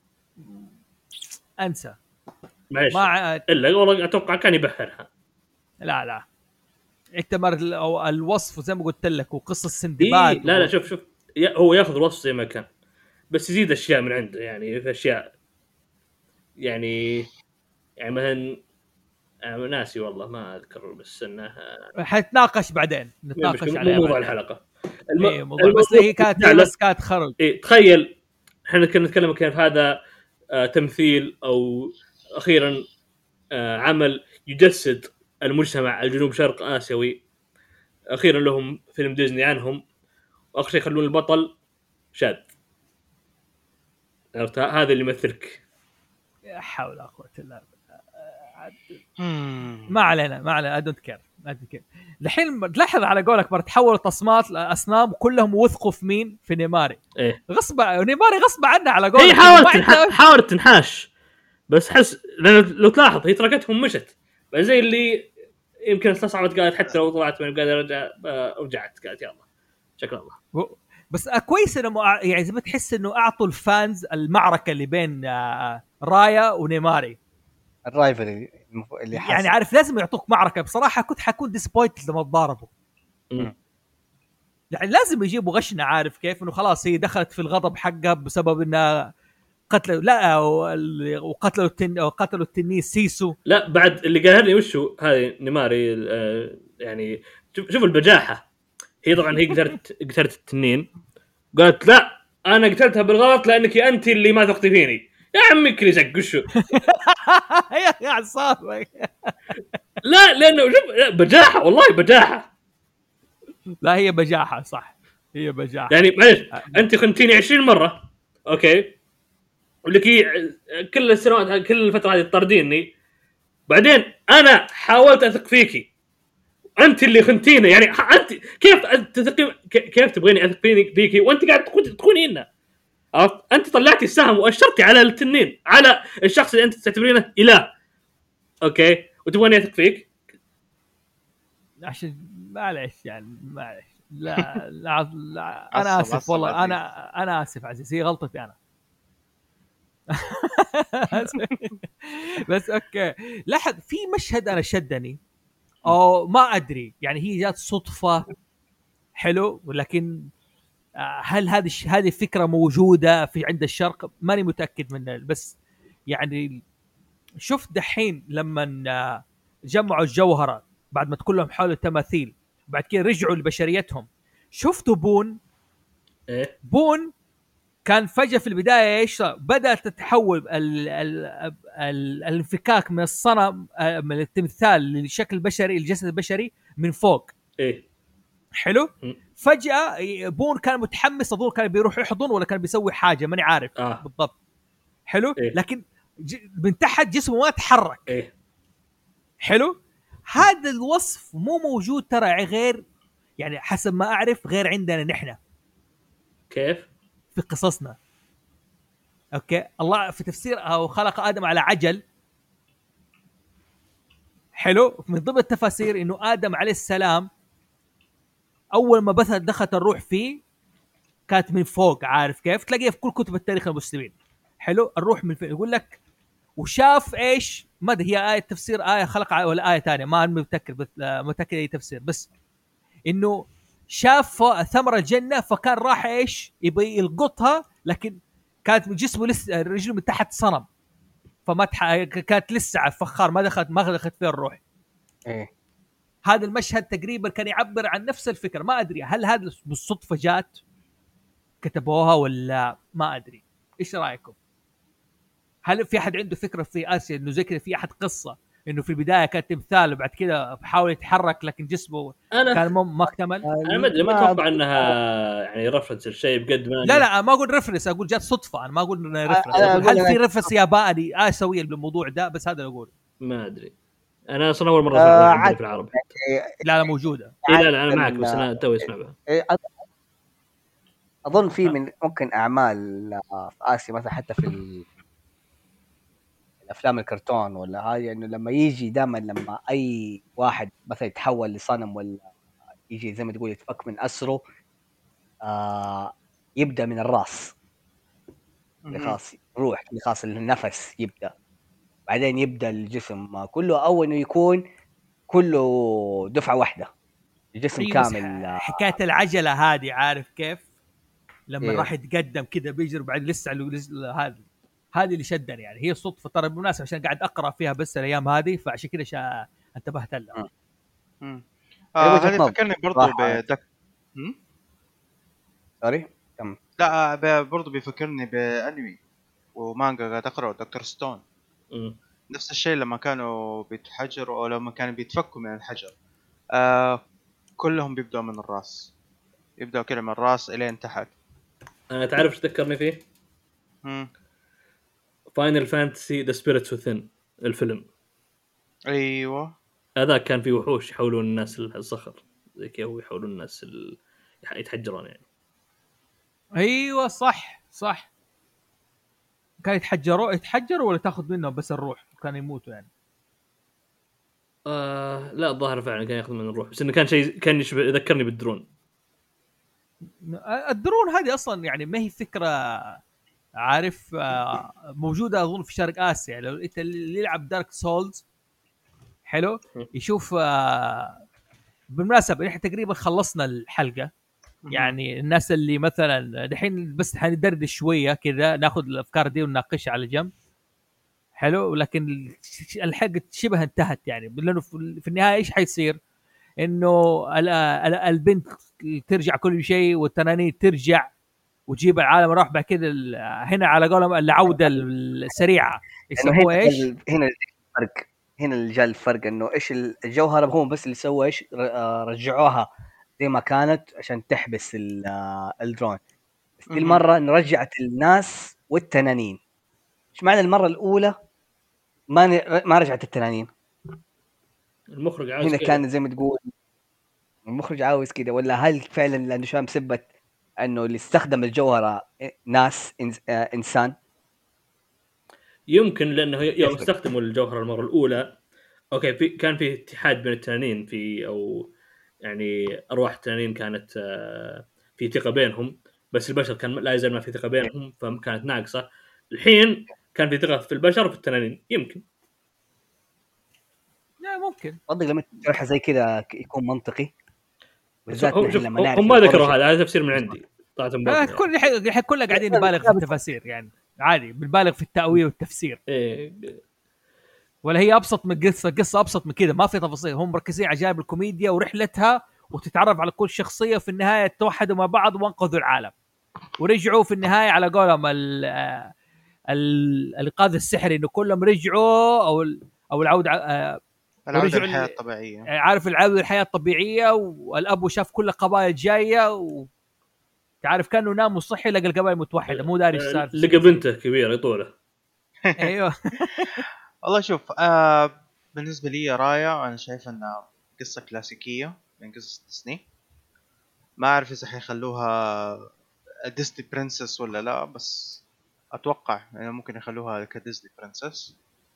[SPEAKER 1] انسى
[SPEAKER 3] معلش الا والله اتوقع كان يبهرها.
[SPEAKER 1] لا اعتبر الوصف زي ما قلت لك وقصه سندباد.
[SPEAKER 3] إيه؟ لا شوف هو ياخذ الوصف زي ما كان بس يزيد اشياء من عنده، يعني في اشياء يعني مثلا ناسي والله ما اذكر، بس انه
[SPEAKER 1] حنتناقش بعدين نتناقش على
[SPEAKER 3] موضوع الحلقه
[SPEAKER 1] بس هي كانت خرج.
[SPEAKER 3] تخيل احنا كنا نتكلم كيف هذا تمثيل او اخيرا عمل يجسد المجتمع الجنوب شرق آسيوي، اخيرا لهم فيلم ديزني عنهم، واخر شيء يخلون البطل شاذ. هذا اللي يمثلك
[SPEAKER 1] حول ولا قوه الا ما علينا I don't care. الحين تلاحظ على قولك تحول تصمات اصنام كلهم وثقوا في مين؟ في نيماري.
[SPEAKER 3] إيه.
[SPEAKER 1] نيماري غصب عنه على قولك.
[SPEAKER 3] هي حاولت تنحاش بس حس لو تلاحظ هي تركتهم مشت زي اللي يمكن استصعبت قالت حتى لو طلعت من قادر رجعت قالت يلا شكرا الله.
[SPEAKER 1] بس كويس انه يعني زي ما تحس انه اعطوا الفانز المعركه اللي بين رايا ونيماري
[SPEAKER 4] الرايفل اللي
[SPEAKER 1] يعني عارف لازم يعطوك معركه. بصراحه كنت حكون ديسبوينتد لما تضاربوا يعني لازم يجيبوا غشنا عارف كيف انه خلاص هي دخلت في الغضب حقها بسبب انها قتلوا لا وقتلوا التنين سيسو.
[SPEAKER 3] لا بعد اللي قاهرني وشو هذه نيماري يعني شوف البجاحه. هي طبعا هي قتلت التنين قالت لا انا قتلتها بالغلط لانك انت اللي ما تقتي فيني يا عمي كريسك وشو
[SPEAKER 1] يا عصام
[SPEAKER 3] لا لانه شوف بجاحه والله بجاحه.
[SPEAKER 1] لا هي بجاحه صح هي بجاحه
[SPEAKER 3] يعني معلش انت خنتيني 20 مره اوكي ولكي كل السنوات كل الفتره هذه تطرديني بعدين انا حاولت اثق فيكي انت اللي خنتيني يعني انت كيف تثقين كيف تبغيني اثق فيكي وانت قاعد تخونينا. انت طلعتي السهم واشرتي على التنين على الشخص اللي انت تعتبرينه اله اوكي وتبغاني اثق فيك
[SPEAKER 1] عشان معلش يعني معلش لا انا اسف والله انا اسف عزيزي هي غلطتي انا. بس اوكي لاحظ في مشهد انا شدني او ما ادري يعني هي جات صدفه حلو ولكن هل هذه فكره موجوده في عند الشرق ماني متاكد منها. بس يعني شفت دحين لما جمعوا الجوهره بعد ما كلهم حولوا التماثيل بعد كده رجعوا لبشريتهم شفتوا بون كان فجأة في البداية إيش بدأت تتحول الانفكاك من الصنم من التمثال لشكل بشري الجسد البشري من فوق.
[SPEAKER 3] إيه
[SPEAKER 1] حلو. فجأة بون كان متحمس أظن كان بيروح يحضن ولا كان بيسوي حاجة ماني عارف بالضبط. حلو. لكن من تحت جسمه ما تحرك. حلو. هذا الوصف مو موجود ترى غير يعني حسب ما أعرف غير عندنا نحن
[SPEAKER 3] كيف
[SPEAKER 1] في قصصنا. اوكي الله في تفسير او خلق ادم على عجل. حلو. من ضمن التفاسير انه ادم عليه السلام اول ما دخلت الروح فيه كانت من فوق عارف كيف تلاقيها في كل كتب التاريخ المسلمين. حلو. الروح من فوق يقول لك وشاف ايش ما هي ايه تفسير ايه خلق ولا ايه ثانيه ما متاكد اي تفسير بس انه شاف ثمره الجنه فكان راح ايش يبي يلقطها لكن كانت من جسمه لسه رجله من تحت صنم فما كانت لسه على الفخار ما دخلت فيه الروح. هذا المشهد تقريبا كان يعبر عن نفس الفكره. ما ادري هل هذا بالصدفه جات كتبوها ولا ما ادري. ايش رايكم؟ هل في احد عنده فكره في اسيا انه زي كذا في احد قصه انه في البدايه كان تمثال وبعد كذا بحاول يتحرك لكن جسمه كان ما اكتمل؟
[SPEAKER 3] انا ما ادري ما اتوقع انها يعني رفرنس الشيء بقد ما
[SPEAKER 1] لا ما اقول رفرنس اقول جات صدفه. انا ما اقول رفرنس هل في رفرنس ياباني اسيوي بالموضوع ده بس هذا اللي اقول
[SPEAKER 3] ما ادري. انا اصلا اول مره اسمع في العربي.
[SPEAKER 1] لا موجوده.
[SPEAKER 3] لا انا معك بس انا توي اسمع بها.
[SPEAKER 4] اظن في من ممكن اعمال في اسيا مثلا حتى في الافلام الكرتون ولا هاي انه لما يجي دائما لما اي واحد مثلا يتحول لصنم ولا يجي زي ما تقول يتفك من اسره يبدا من الراس خلاص روح خلاص النفس يبدا بعدين يبدا الجسم كله او انه يكون كله دفعه واحده الجسم كامل.
[SPEAKER 1] حكايه العجله هذه عارف كيف لما راح يتقدم كذا بيجر بعد لسه هذه اللي شدني يعني هي صدفه ترى بالمناسبه عشان قاعد اقرا فيها بس الايام هذه فعشان كذا انتبهت لها.
[SPEAKER 2] هذه فكرني برضو
[SPEAKER 4] سوري
[SPEAKER 2] لا برضو بيفكرني بانمي ومانجا قاعد اقرا دكتور ستون. نفس الشيء لما كانوا بيتحجروا او لما كانوا بيتفكوا من الحجر كلهم بيبدأوا من الراس يبدأوا كده من الراس الين تحت.
[SPEAKER 3] انا تعرف ايش تذكرني فيه؟ فاينل فانتسي ذا سبيريتس وثين الفيلم.
[SPEAKER 2] ايوه
[SPEAKER 3] هذا كان فيه وحوش يحولون الناس الصخر زي كذا ويحولون الناس يتحجرون يعني.
[SPEAKER 1] ايوه صح صح كان يتحجروا ولا تاخذ منهم بس الروح كان يموتوا يعني.
[SPEAKER 3] لا الظاهر فعلا كان ياخذ من الروح بس انه كان شيء كان يذكرني بالدرون.
[SPEAKER 1] الدرون هذه اصلا يعني ما هي فكره عارف موجوده اظن في شرق اسيا. لو انت اللي يلعب دارك سولز حلو يشوف بالمناسبه احنا تقريبا خلصنا الحلقه يعني. الناس اللي مثلا دحين بس حندردش شويه كذا ناخذ الافكار دي ونناقشها على جنب حلو. لكن الحلقه شبه انتهت يعني لانه في النهايه ايش حيصير انه البنت ترجع كل شيء والتنانين ترجع وتجيب العالم راح بعد كده هنا على قولهم العوده السريعه يسموها ايش
[SPEAKER 4] هنا الفرق. هنا اللي جاء الفرق انه ايش الجوهره هو بس اللي سوى ايش رجعوها زي ما كانت عشان تحبس الدرون. بس دي المره ان رجعت الناس والتنانين. ايش معنى المره الاولى ما رجعت التنانين؟
[SPEAKER 3] المخرج عاوز
[SPEAKER 4] هنا
[SPEAKER 3] كده.
[SPEAKER 4] كان زي ما تقول المخرج عاوز كده ولا هل فعلا لانه شام سبت انه اللي استخدم الجوهره ناس انسان؟
[SPEAKER 3] يمكن لانه يوم استخدموا الجوهره المره الاولى اوكي كان في اتحاد بين التنانين في او يعني ارواح التنانين كانت في ثقه بينهم بس البشر كان لا يزال ما في ثقه بينهم فكانت ناقصه. الحين كان في ثقه في البشر وفي التنانين يمكن.
[SPEAKER 1] لا ممكن
[SPEAKER 4] صدق لما تشرحها زي كذا يكون منطقي بالذات
[SPEAKER 3] لما نعرف هم ما ذكروا هذا تفسير من عندي طلعت
[SPEAKER 1] كلنا قاعدين نبالغ في التفاسير يعني عادي بنبالغ في التأويل والتفسير ولا هي ابسط من قصه ابسط من كذا ما في تفاصيل. هم مركزين على جانب الكوميديا ورحلتها وتتعرف على كل شخصيه في النهايه توحدوا مع بعض وانقذوا العالم ورجعوا في النهايه على قولهم الانقاذ السحري انه كلهم رجعوا او العوده
[SPEAKER 2] للحياه الطبيعيه.
[SPEAKER 1] عارف العوده للحياه الطبيعيه والاب شاف كل القبائل جايه تعرف كانه نام وصحي لقى القبائل متوحده مو داري ايش صار.
[SPEAKER 3] لقى بنته كبيره طوله.
[SPEAKER 1] ايوه
[SPEAKER 2] والله شوف بالنسبه لي رايا انا شايف انها قصه كلاسيكيه من قصص ديزني. ما اعرف اذا حيخلوها ديزني برنسس ولا لا بس اتوقع يعني ممكن يخلوها كديزني برنسس.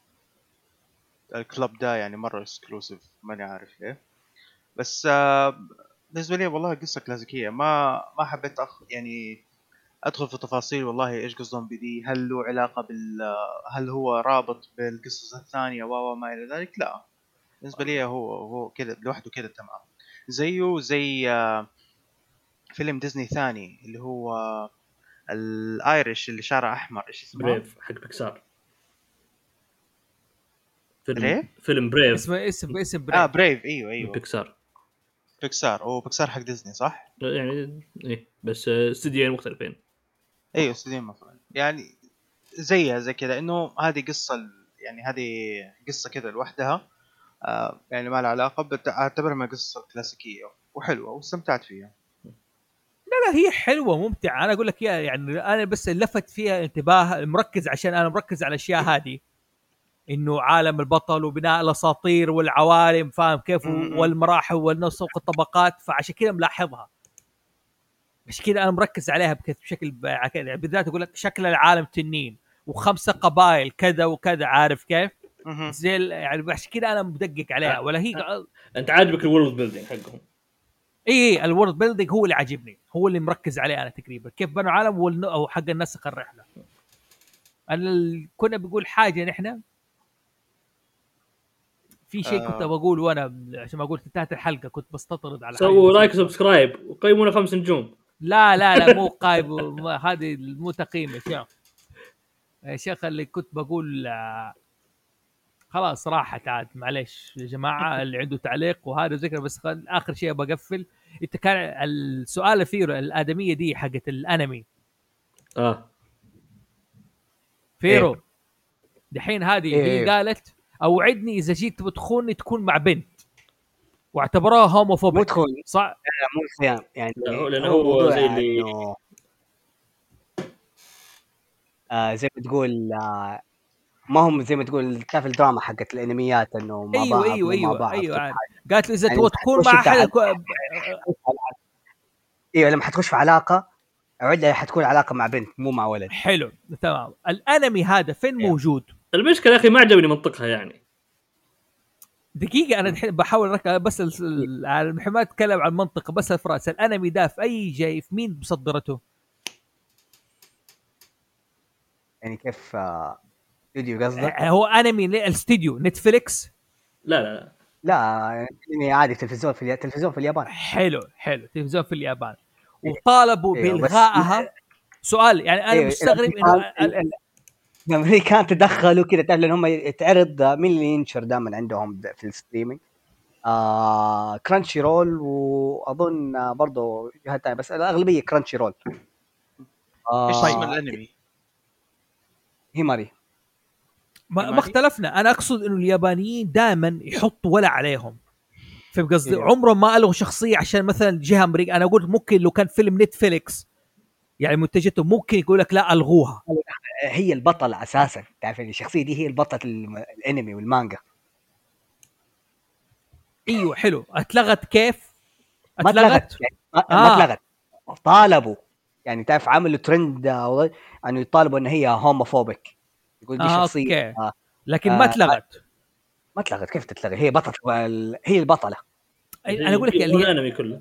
[SPEAKER 2] الكلب ده يعني مره اكسكلوسيف ماني عارف ليه بس بالنسبه لي والله قصه كلاسيكيه. ما حبيت يعني ادخل في تفاصيل والله ايش قصدهم بدي هل له علاقه هل هو رابط بالقصص الثانيه وما الى ذلك. لا بالنسبه لي هو كده لوحده كده تمام. زيه زي فيلم ديزني ثاني اللي هو الايريش اللي شعره احمر ايش اسمه
[SPEAKER 3] بريف حق بيكسار. فيلم بريف
[SPEAKER 1] اسم بريف.
[SPEAKER 2] بريف ايوه
[SPEAKER 3] بيكسار
[SPEAKER 2] بيكسار حق ديزني صح
[SPEAKER 3] يعني ايه بس استديوين مختلفين.
[SPEAKER 2] ايوه استديوين مختلفين يعني زي كذا انه هذه قصه يعني هذه قصه كذا لوحدها يعني ما لها علاقه اعتبرها من قصص كلاسيكيه وحلوه واستمتعت فيها.
[SPEAKER 1] لا هي حلوه ممتعه. انا اقول لك يعني انا بس لفت فيها انتباه مركز عشان انا مركز على الاشياء هذه انه عالم البطل وبناء الاساطير والعوالم فاهم كيف والمراحل والنسق الطبقات فعشان كذا ملاحظها مش كذا انا مركز عليها بشكل كذا بالذات اقول لك شكل العالم تنين و5 قبائل كذا وكذا عارف كيف زي يعني عشان كذا انا مدقق عليها. ولا هي
[SPEAKER 3] انت عاجبك الورلد بيلدينج حقهم؟
[SPEAKER 1] ايه الورلد بيلدينج هو اللي عاجبني هو اللي مركز عليه انا تقريبا كيف بنوا عالم او حق النسخ الرحله. انا كنا بنقول حاجه نحن في شيء كنت بقول وانا عشان ما قلت انتهت الحلقه كنت بستطرد على
[SPEAKER 3] سووا لايك وسبسكرايب وقيمونا 5 نجوم.
[SPEAKER 1] لا مو قايب هذه مو تقييم يا شيخ اللي كنت بقول خلاص راحت عاد معليش يا جماعه اللي عنده تعليق وهذا ذكر بس اخر شيء بقفل. انت كان السؤال فيه الادميه دي حقت الانمي فيرو دحين هذه هي قالت اوعدني اذا جيت بتخوني تكون مع بنت واعتبروها هوموفوبيك.
[SPEAKER 4] مو تخون
[SPEAKER 1] صح
[SPEAKER 4] مو خيام يعني
[SPEAKER 3] لانه هو زي اللي
[SPEAKER 4] زي ما تقول ما هم زي ما تقول تعرف الدراما حقت الانميات انه مع بعض
[SPEAKER 1] ايوه
[SPEAKER 4] مع بعض
[SPEAKER 1] ايوه قالت له اذا
[SPEAKER 4] يعني
[SPEAKER 1] تبغى تكون مع حدا
[SPEAKER 4] ايوه لما حتخش في علاقه عدة حتكون علاقه مع بنت مو مع ولد.
[SPEAKER 1] حلو تمام. الانمي هذا فين موجود؟
[SPEAKER 3] المشكله يا اخي ما عجبني منطقها يعني.
[SPEAKER 1] دقيقة أنا الحين بحاول أركز بس ما أتكلم عن منطقة بس الفراس. الأنمي ده في أي جاي في مين بصدرته؟
[SPEAKER 4] يعني كيف استوديو قصدك؟
[SPEAKER 1] هو أنمي الاستديو نتفليكس؟
[SPEAKER 3] لا
[SPEAKER 4] لا يعني عادي تلفزيون في اليابان.
[SPEAKER 1] حلو تلفزيون في اليابان وطالبوا
[SPEAKER 4] أيوه
[SPEAKER 1] بإلغائها. سؤال يعني أنا مستغرب إنه
[SPEAKER 4] الامريكان تدخلوا كذا تعرف لان هم يتعرض مين اللي ينشر دائما عندهم في الستريمينج كرانشي رول واظن برضه جهات بس الاغلبيه كرانشي رول.
[SPEAKER 2] ايش اسم الانمي؟
[SPEAKER 4] هيماري.
[SPEAKER 1] ما اختلفنا. انا اقصد انه اليابانيين دائما يحطوا ولا عليهم في قصدي عمرهم ما الغوا شخصيه عشان مثلا جهه امريكا. انا اقول ممكن لو كان فيلم نتفليكس يعني منتجته ممكن يقول لك لا الغوها.
[SPEAKER 4] هي البطله اساسا تعرف الشخصيه دي هي البطله الانمي والمانجا.
[SPEAKER 1] ايوه حلو. اتلغت كيف؟
[SPEAKER 4] ما اتلغت يعني ما اتلغت طالبوا يعني تعرف عملوا ترند انه يطالبوا ان هي هوموفوبيك يقول دي شخصيه
[SPEAKER 1] لكن ما اتلغت.
[SPEAKER 4] ما اتلغت كيف تتلغي؟ هي بطله هي البطله.
[SPEAKER 1] انا اقول لك
[SPEAKER 3] الانمي كله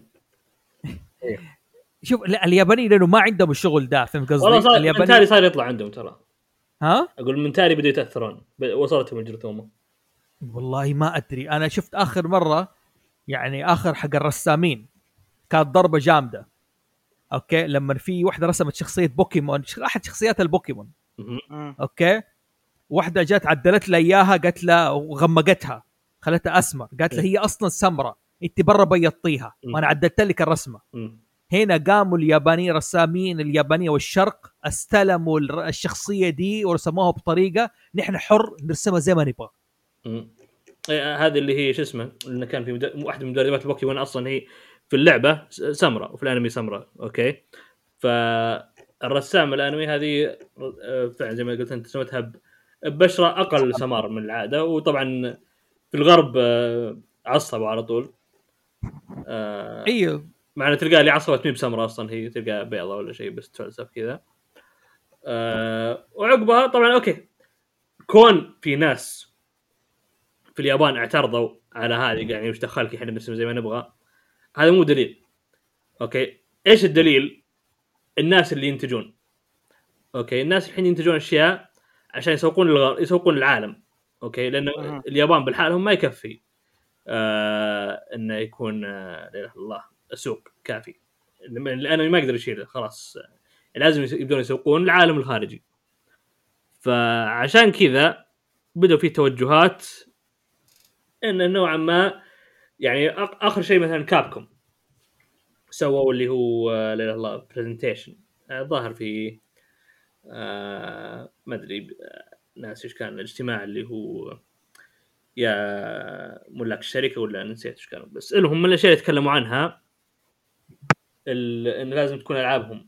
[SPEAKER 1] شوف اليابانيين لانه ما عندهم الشغل ده فهمت قصدي؟
[SPEAKER 3] والله اليابانيين صار يطلع عندهم ترى.
[SPEAKER 1] ها
[SPEAKER 3] اقول من تالي بدوا يتاثرون وصلتهم الجرثومه.
[SPEAKER 1] والله ما ادري. انا شفت اخر مره يعني اخر حق الرسامين كانت ضربه جامده. اوكي لما في واحده رسمت شخصيه بوكيمون احد شخصيات البوكيمون اوكي واحده جات عدلت لها اياها قالت لها وغمقتها خلتها اسمر قالت لها هي اصلا سمراء انت برا بيضتيها وانا عدلت لك الرسمه. هنا قاموا اليابانيين رسامين اليابانيه والشرق استلموا الشخصيه دي ورسموها بطريقه نحن حر نرسمها زي ما نبغى.
[SPEAKER 3] هذه اللي هي شو اسمه اللي كان في واحده من مدربات البوكيمون اصلا هي في اللعبه سمراء وفي الانمي سمراء. اوكي فالرسام الانمي هذه فعلا زي ما قلت انت سوتها ببشره اقل سمار من العاده. وطبعا في الغرب عصبوا على طول.
[SPEAKER 1] ايوه
[SPEAKER 3] معنى تلقى اللي عصبت مي بسمراء اصلا هي تلقى بيضة ولا شيء بس تفلسف كذا. وعقبها طبعا اوكي كون في ناس في اليابان اعترضوا على هذه يعني وش دخلك احنا نرسم زي ما نبغى. هذا مو دليل. اوكي ايش الدليل؟ الناس اللي ينتجون. اوكي الناس الحين ينتجون اشياء عشان يسوقون العالم. اوكي لانه اليابان بالحالهم ما يكفي انه يكون لا اله الا الله السوق كافي. الانمي ما يقدر يشيله خلاص لازم يبدون يسوقون العالم الخارجي. فعشان كذا بدأوا في توجهات ان نوعا ما يعني اخر شيء مثلا كابكوم سووا اللي هو لا اله الا الله برزنتيشن ظاهر في ما ادري ناس ايش كان الاجتماع اللي هو يا ملاك الشركه ولا نسيت ايش كانوا. بس لهم من الاشياء اللي يتكلموا عنها ان لازم تكون العابهم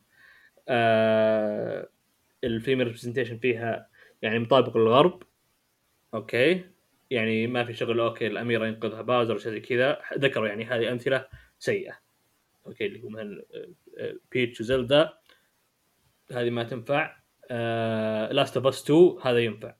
[SPEAKER 3] الفيميل ريبريزنتيشن فيها يعني مطابق للغرب. اوكي يعني ما في شغل اوكي الاميره ينقذها باوزر وشيء زي كذا. ذكروا يعني هذه امثله سيئه. اوكي اللي هو مثلا بيتش وزلدا هذه ما تنفع. لاست اوف اس 2 هذا ينفع.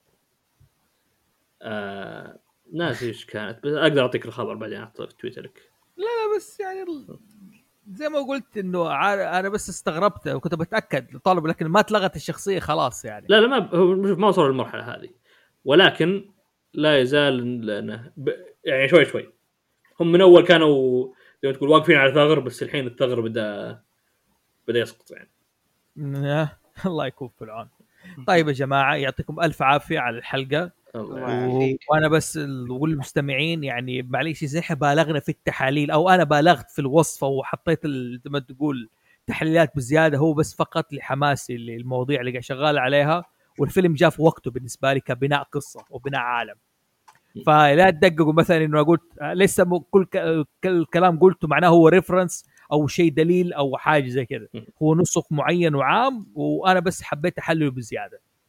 [SPEAKER 3] ناسي ايش كانت بس اقدر اعطيك الخبر بعدين احطه في تويتر لك.
[SPEAKER 1] لا بس يعني زي ما قلت انه انا بس استغربت وكنت بتاكد طالب لكن ما اتلغت الشخصيه خلاص يعني.
[SPEAKER 3] لا ما وصلوا للمرحله هذه ولكن لا يزال لانه يعني شوي هم من اول كانوا زي ما تقول واقفين على ثغر بس الحين الثغر بدا يسقط يعني.
[SPEAKER 1] الله يكون في العون. طيب يا جماعه يعطيكم الف عافيه على الحلقه وانا بس والمستمعين يعني معليش اذا احنا بالغنا في التحاليل او انا بالغت في الوصفه وحطيت زي ما تقول تحليلات بزياده هو بس فقط لحماسي للمواضيع اللي قاعد شغال عليها والفيلم جاء في وقته بالنسبه لي كبناء قصه وبناء عالم. فلا تدققوا مثلا انه قلت لسه كل كلام قلته معناه هو ريفرنس او شيء دليل او حاجه زي كذا. هو نسق معين وعام وانا بس حبيت احلله بزياده.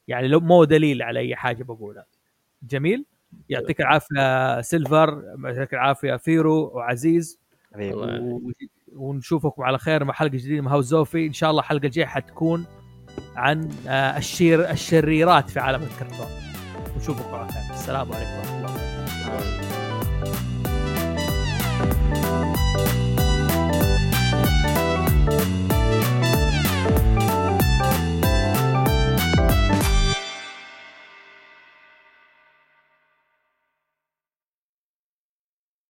[SPEAKER 1] يعني لو مو دليل على اي حاجه بقولها. جميل، يعطيك العافيه سيلفر، يعطيك العافيه فيرو وعزيز، ونشوفكم على خير مع حلقه جديده من هاوس زوفي. ان شاء الله الحلقه الجايه حتكون عن الشريرات في عالم الكرتون. نشوفكم على خير، السلام عليكم ورحمه الله.